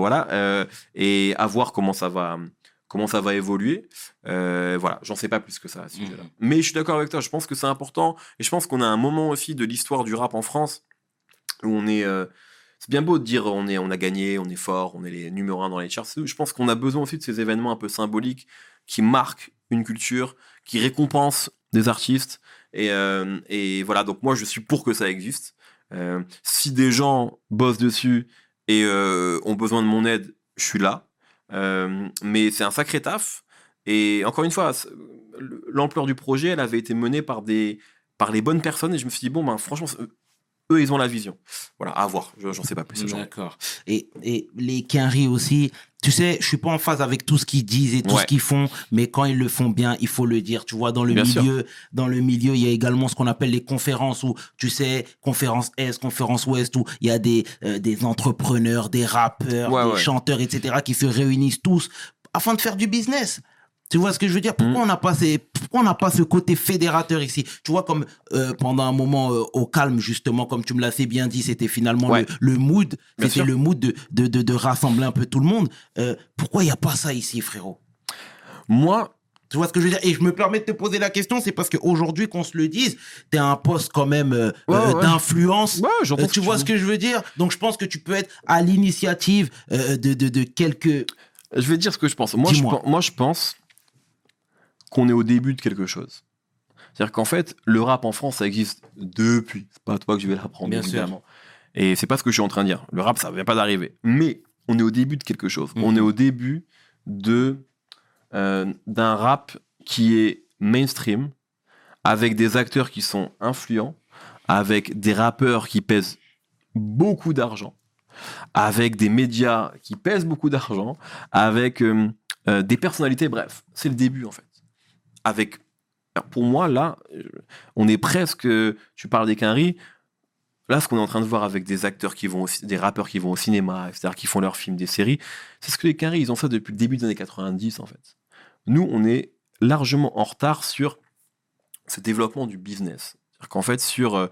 et à voir comment ça va évoluer. Voilà, j'en sais pas plus que ça à ce sujet-là. Mais je suis d'accord avec toi, je pense que c'est important, et je pense qu'on a un moment aussi de l'histoire du rap en France où on est... c'est bien beau de dire on a gagné, on est fort, on est les numéros 1 dans les charts. Je pense qu'on a besoin aussi de ces événements un peu symboliques qui marquent une culture, qui récompensent des artistes. Et voilà, donc moi je suis pour que ça existe. Si des gens bossent dessus et ont besoin de mon aide, je suis là. Mais c'est un sacré taf. Et encore une fois, l'ampleur du projet, elle avait été menée par les bonnes personnes. Et je me suis dit, franchement... Eux, ils ont la vision. Voilà, à voir. J'en sais pas plus. D'accord. Et les Quinry aussi, tu sais, je suis pas en phase avec tout ce qu'ils disent et tout ce qu'ils font, mais quand ils le font bien, il faut le dire. Tu vois, dans le milieu, il y a également ce qu'on appelle les conférences où, tu sais, conférence Est, conférence Ouest, où il y a des entrepreneurs, des rappeurs, des chanteurs, etc., qui se réunissent tous afin de faire du business. Tu vois ce que je veux dire? Pourquoi on n'a pas ce côté fédérateur ici? Tu vois, comme pendant un moment au calme, justement, comme tu me l'as assez bien dit, c'était finalement le mood. C'était le mood de rassembler un peu tout le monde. Pourquoi il n'y a pas ça ici, frérot? Moi... Tu vois ce que je veux dire? Et je me permets de te poser la question, c'est parce qu'aujourd'hui, qu'on se le dise, t'es à un poste quand même d'influence. Ouais, tu vois ce que je veux dire? Donc je pense que tu peux être à l'initiative de quelques... Je vais te dire ce que je pense. Moi, je pense qu'on est au début de quelque chose. C'est-à-dire qu'en fait, le rap en France, ça existe depuis. C'est pas à toi que je vais l'apprendre, bien évidemment. Et c'est pas ce que je suis en train de dire. Le rap, ça vient pas d'arriver. Mais on est au début de quelque chose. On est au début d'un rap qui est mainstream, avec des acteurs qui sont influents, avec des rappeurs qui pèsent beaucoup d'argent, avec des médias qui pèsent beaucoup d'argent, avec des personnalités. Bref, c'est le début, en fait. Pour moi, là, on est presque... Tu parles des Quinry. Là, ce qu'on est en train de voir avec des acteurs des rappeurs qui vont au cinéma, etc., qui font leurs films, des séries, c'est ce que les Quinry, ils ont fait depuis le début des années 90, en fait. Nous, on est largement en retard sur ce développement du business. C'est-à-dire qu'en fait, sur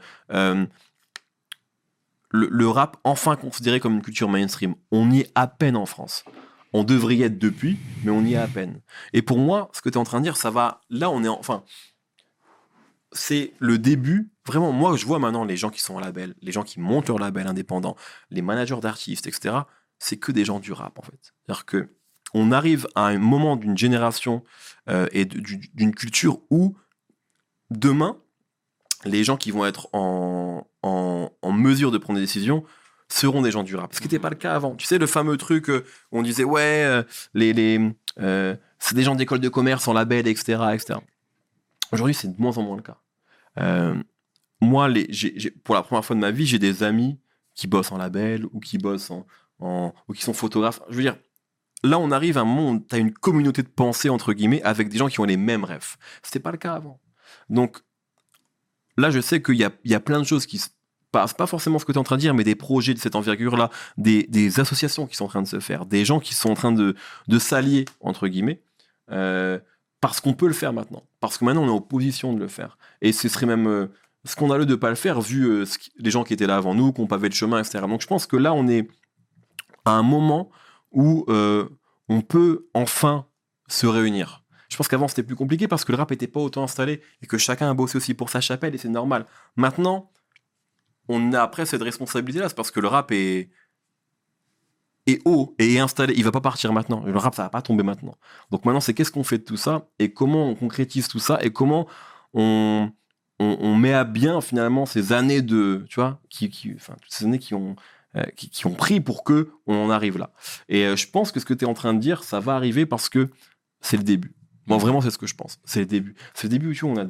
le rap, enfin considéré comme une culture mainstream, on y est à peine en France. On devrait y être depuis, mais on y est à peine. Et pour moi, ce que tu es en train de dire, ça va... Là, on est c'est le début. Vraiment, moi, je vois maintenant les gens qui sont en label, les gens qui montent leur label indépendant, les managers d'artistes, etc. C'est que des gens du rap, en fait. C'est-à-dire qu'on arrive à un moment d'une génération et d'une culture où, demain, les gens qui vont être en mesure de prendre des décisions seront des gens du rap. Ce qui n'était pas le cas avant. Tu sais, le fameux truc où on disait, c'est des gens d'école de commerce en label, etc. etc. Aujourd'hui, c'est de moins en moins le cas. Moi, pour la première fois de ma vie, j'ai des amis qui bossent en label ou qui bossent ou qui sont photographes. Je veux dire, là, on arrive à un moment où tu as une communauté de pensée, entre guillemets, avec des gens qui ont les mêmes rêves. C'était pas le cas avant. Donc, là, je sais qu'il y a plein de choses qui se passent, pas forcément ce que tu es en train de dire, mais des projets de cette envergure-là, des associations qui sont en train de se faire, des gens qui sont en train de s'allier, entre guillemets, parce qu'on peut le faire maintenant. Parce que maintenant, on est en position de le faire. Et ce serait même scandaleux de ne pas le faire, vu les gens qui étaient là avant nous, qui ont pavé le chemin, etc. Donc, je pense que là, on est à un moment où on peut enfin se réunir. Je pense qu'avant, c'était plus compliqué parce que le rap n'était pas autant installé et que chacun a bossé aussi pour sa chapelle et c'est normal. Maintenant, on a après cette responsabilité-là, c'est parce que le rap est haut et est installé. Il va pas partir maintenant. Le rap, ça va pas tomber maintenant. Donc maintenant, c'est qu'est-ce qu'on fait de tout ça et comment on concrétise tout ça et comment on met à bien finalement ces années de, tu vois, toutes ces années qui ont qui ont pris pour que on en arrive là. Et je pense que ce que tu es en train de dire, ça va arriver parce que c'est le début. Moi, vraiment, c'est ce que je pense. C'est le début. C'est le début où tu vois, on a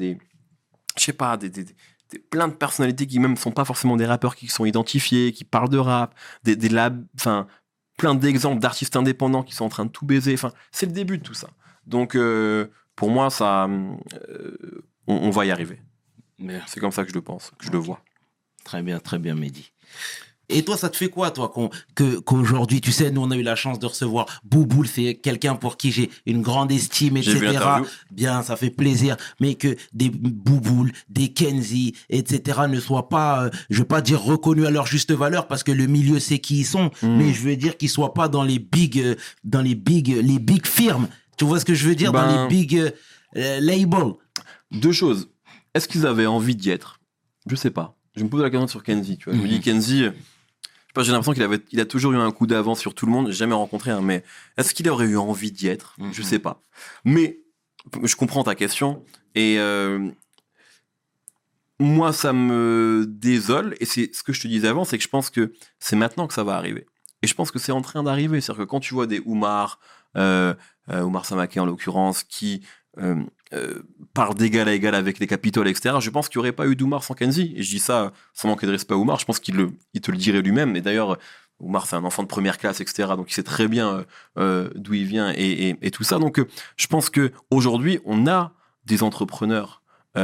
plein de personnalités qui même sont pas forcément des rappeurs qui sont identifiés, qui parlent de rap, plein d'exemples d'artistes indépendants qui sont en train de tout baiser. Enfin, c'est le début de tout ça. Donc, pour moi, ça, on va y arriver. Bien. C'est comme ça que je le pense, que je le vois. Très bien, Mehdi. Et toi, ça te fait quoi, toi, qu'aujourd'hui, tu sais, nous, on a eu la chance de recevoir Bouboul, c'est quelqu'un pour qui j'ai une grande estime, J'ai vu etc. l'interview. Bien, ça fait plaisir. Mais que des Bouboul, des Kenzie, etc. ne soient pas, je veux pas dire reconnus à leur juste valeur, parce que le milieu sait qui ils sont, mais je veux dire qu'ils soient pas dans les big firmes. Tu vois ce que je veux dire? Dans les big labels. Deux choses. Est-ce qu'ils avaient envie d'y être? Je sais pas. Je me pose la question sur Kenzie, tu vois. Je me dis, Kenzie, je sais pas, j'ai l'impression qu'il a toujours eu un coup d'avance sur tout le monde. J'ai jamais rencontré un, mais est-ce qu'il aurait eu envie d'y être? Je sais pas. Mais je comprends ta question et moi, ça me désole. Et c'est ce que je te disais avant, c'est que je pense que c'est maintenant que ça va arriver. Et je pense que c'est en train d'arriver. C'est-à-dire que quand tu vois des Oumar Samaké en l'occurrence, qui parle d'égal à égal avec les Capitol, etc. Je pense qu'il n'y aurait pas eu d'Oumar sans Kenzie. Et je dis ça sans manquer de respect à Oumar. Je pense qu'il te le dirait lui-même. Et d'ailleurs, Oumar, c'est un enfant de première classe, etc. Donc il sait très bien d'où il vient et tout ça. Donc je pense qu'aujourd'hui, on a des entrepreneurs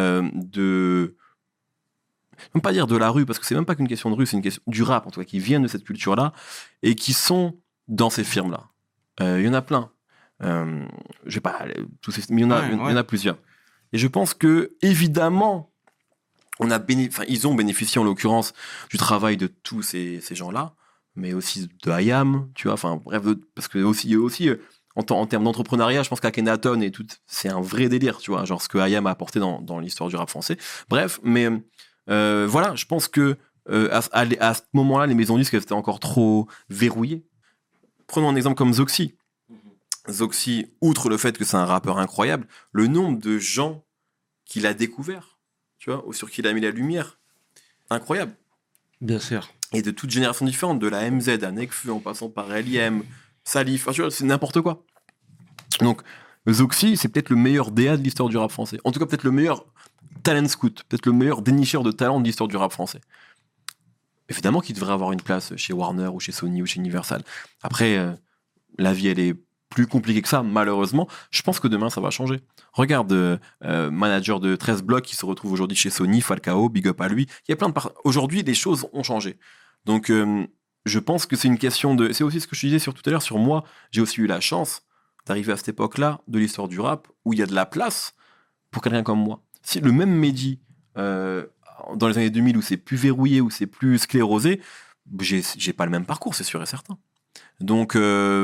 même pas dire de la rue, parce que c'est même pas qu'une question de rue, c'est une question du rap, en tout cas, qui viennent de cette culture-là et qui sont dans ces firmes-là. Il y en a plein. Je vais pas mais il y en a plusieurs. Et je pense que évidemment ils ont bénéficié en l'occurrence du travail de tous ces gens-là, mais aussi de IAM, tu vois, enfin bref, parce que aussi en termes d'entrepreneuriat, je pense qu'Akhenaton et tout, c'est un vrai délire, tu vois, genre ce que IAM a apporté dans l'histoire du rap français. Bref, mais voilà, je pense que à ce moment-là, les maisons de disques étaient encore trop verrouillées. Prenons un exemple comme Zoxy. Zoxy, outre le fait que c'est un rappeur incroyable, le nombre de gens qu'il a découvert, tu vois, ou sur qui il a mis la lumière, incroyable. Bien sûr. Et de toutes générations différentes, de la MZ à Nekfeu, en passant par L.I.M, Salif, tu vois, c'est n'importe quoi. Donc, Zoxy, c'est peut-être le meilleur DA de l'histoire du rap français. En tout cas, peut-être le meilleur talent scout, peut-être le meilleur dénicheur de talent de l'histoire du rap français. Évidemment qu'il devrait avoir une place chez Warner ou chez Sony ou chez Universal. Après, la vie, elle est plus compliquée que ça, malheureusement. Je pense que demain, ça va changer. Regarde, manager de 13 blocs qui se retrouve aujourd'hui chez Sony, Falcao, big up à lui. Il y a plein de aujourd'hui, les choses ont changé. Donc, je pense que c'est une question de... C'est aussi ce que je disais tout à l'heure sur moi. J'ai aussi eu la chance d'arriver à cette époque-là de l'histoire du rap où il y a de la place pour quelqu'un comme moi. Si le même Mehdi, dans les années 2000, où c'est plus verrouillé, où c'est plus sclérosé, j'ai pas le même parcours, c'est sûr et certain. Donc,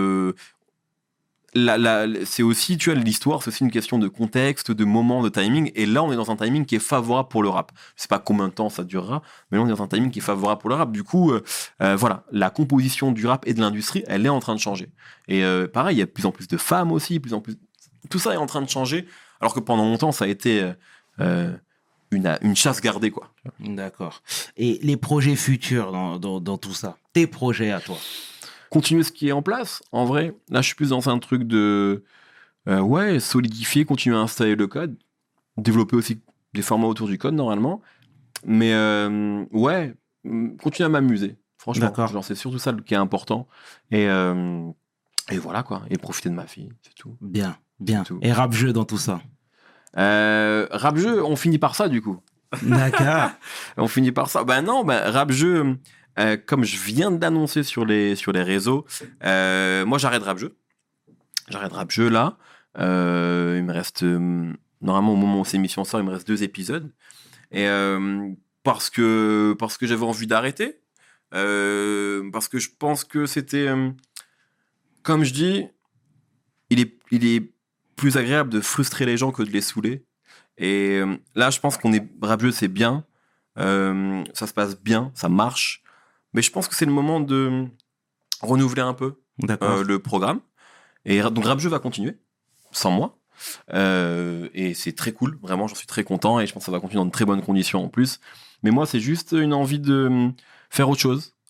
c'est aussi, tu vois, l'histoire, c'est aussi une question de contexte, de moment, de timing. Et là, on est dans un timing qui est favorable pour le rap. Je sais pas combien de temps ça durera, mais là, on est dans un timing qui est favorable pour le rap. Du coup, voilà, la composition du rap et de l'industrie, elle est en train de changer. Et pareil, il y a de plus en plus de femmes aussi, plus en plus... Tout ça est en train de changer, alors que pendant longtemps, ça a été une chasse gardée, quoi. D'accord. Et les projets futurs dans tout ça? Tes projets à toi? Continuer ce qui est en place, en vrai. Là, je suis plus dans un truc de solidifier, continuer à installer le code, développer aussi des formats autour du code, normalement. Mais continuer à m'amuser, franchement. D'accord. Genre, c'est surtout ça qui est important. Et voilà, quoi. Et profiter de ma fille, c'est tout. Bien. Tout. Et rap-jeu dans tout ça? Rap-jeu, on finit par ça, du coup. D'accord. On finit par ça. Rap-jeu... comme je viens de l'annoncer sur les réseaux, moi j'arrête rap-jeu. J'arrête rap-jeu là. Il me reste, normalement au moment où cette émission sort, il me reste 2 épisodes. Et parce que j'avais envie d'arrêter. Parce que je pense que c'était, comme je dis, il est plus agréable de frustrer les gens que de les saouler. Et là, je pense rap-jeu, c'est bien. Ça se passe bien, ça marche. Mais je pense que c'est le moment de renouveler un peu le programme. Et donc Rap-Jeu va continuer, sans moi. Et c'est très cool, vraiment, j'en suis très content. Et je pense que ça va continuer dans de très bonnes conditions en plus. Mais moi, c'est juste une envie de faire autre chose.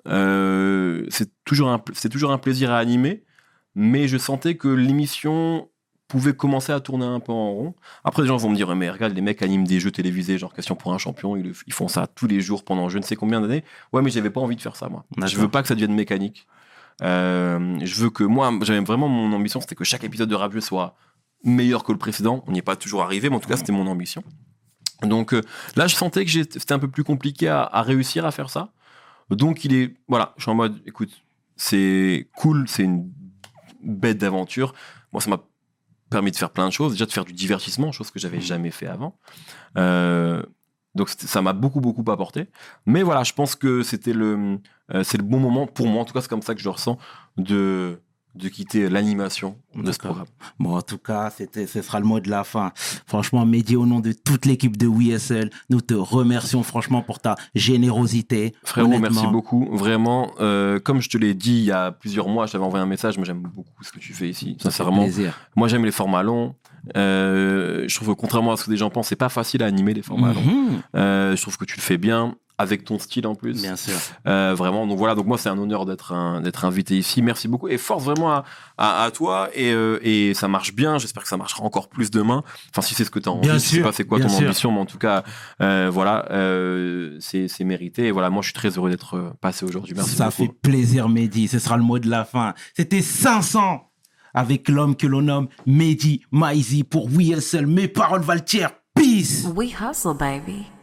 c'est toujours un plaisir à animer, mais je sentais que l'émission pouvait commencer à tourner un peu en rond. Après, les gens vont me dire, mais regarde, les mecs animent des jeux télévisés, genre Question pour un champion, ils font ça tous les jours pendant je ne sais combien d'années. Ouais, mais j'avais pas envie de faire ça, moi. D'accord. Je veux pas que ça devienne mécanique. Je veux que moi, j'avais vraiment mon ambition, c'était que chaque épisode de Rap Jeu soit meilleur que le précédent. On n'y est pas toujours arrivé, mais en tout cas, c'était mon ambition. Donc là, je sentais que c'était un peu plus compliqué à réussir à faire ça. Donc voilà, je suis en mode, écoute, c'est cool, c'est une bête d'aventure. Moi, ça m'a permis de faire plein de choses, déjà de faire du divertissement, chose que j'avais jamais fait avant. Donc ça m'a beaucoup apporté. Mais voilà, je pense que c'est le bon moment pour moi, en tout cas c'est comme ça que je le ressens, de quitter l'animation de ce programme. Bon, en tout cas, ce sera le mot de la fin. Franchement, Mehdi, au nom de toute l'équipe de WeSL, nous te remercions franchement pour ta générosité. Frérot, honnêtement. merci beaucoup. Vraiment, comme je te l'ai dit il y a plusieurs mois, je t'avais envoyé un message, moi j'aime beaucoup ce que tu fais ici. Sincèrement, moi j'aime les formats longs. Je trouve que contrairement à ce que les gens pensent, c'est pas facile à animer les formats longs. Je trouve que tu le fais bien. Avec ton style en plus. Bien sûr. Vraiment, donc voilà, donc moi c'est un honneur d'être invité ici. Merci beaucoup et force vraiment à toi et ça marche bien. J'espère que ça marchera encore plus demain. Enfin, si c'est ce que tu as envie, je sais pas c'est quoi ton ambition, mais en tout cas, voilà, c'est mérité. Et voilà, moi je suis très heureux d'être passé aujourd'hui. Merci ça beaucoup. Fait plaisir, Mehdi. Ce sera le mot de la fin. C'était 500 avec l'homme que l'on nomme Mehdi Maizi pour WeSL. Mes paroles valent tiers. Peace. We hustle, baby.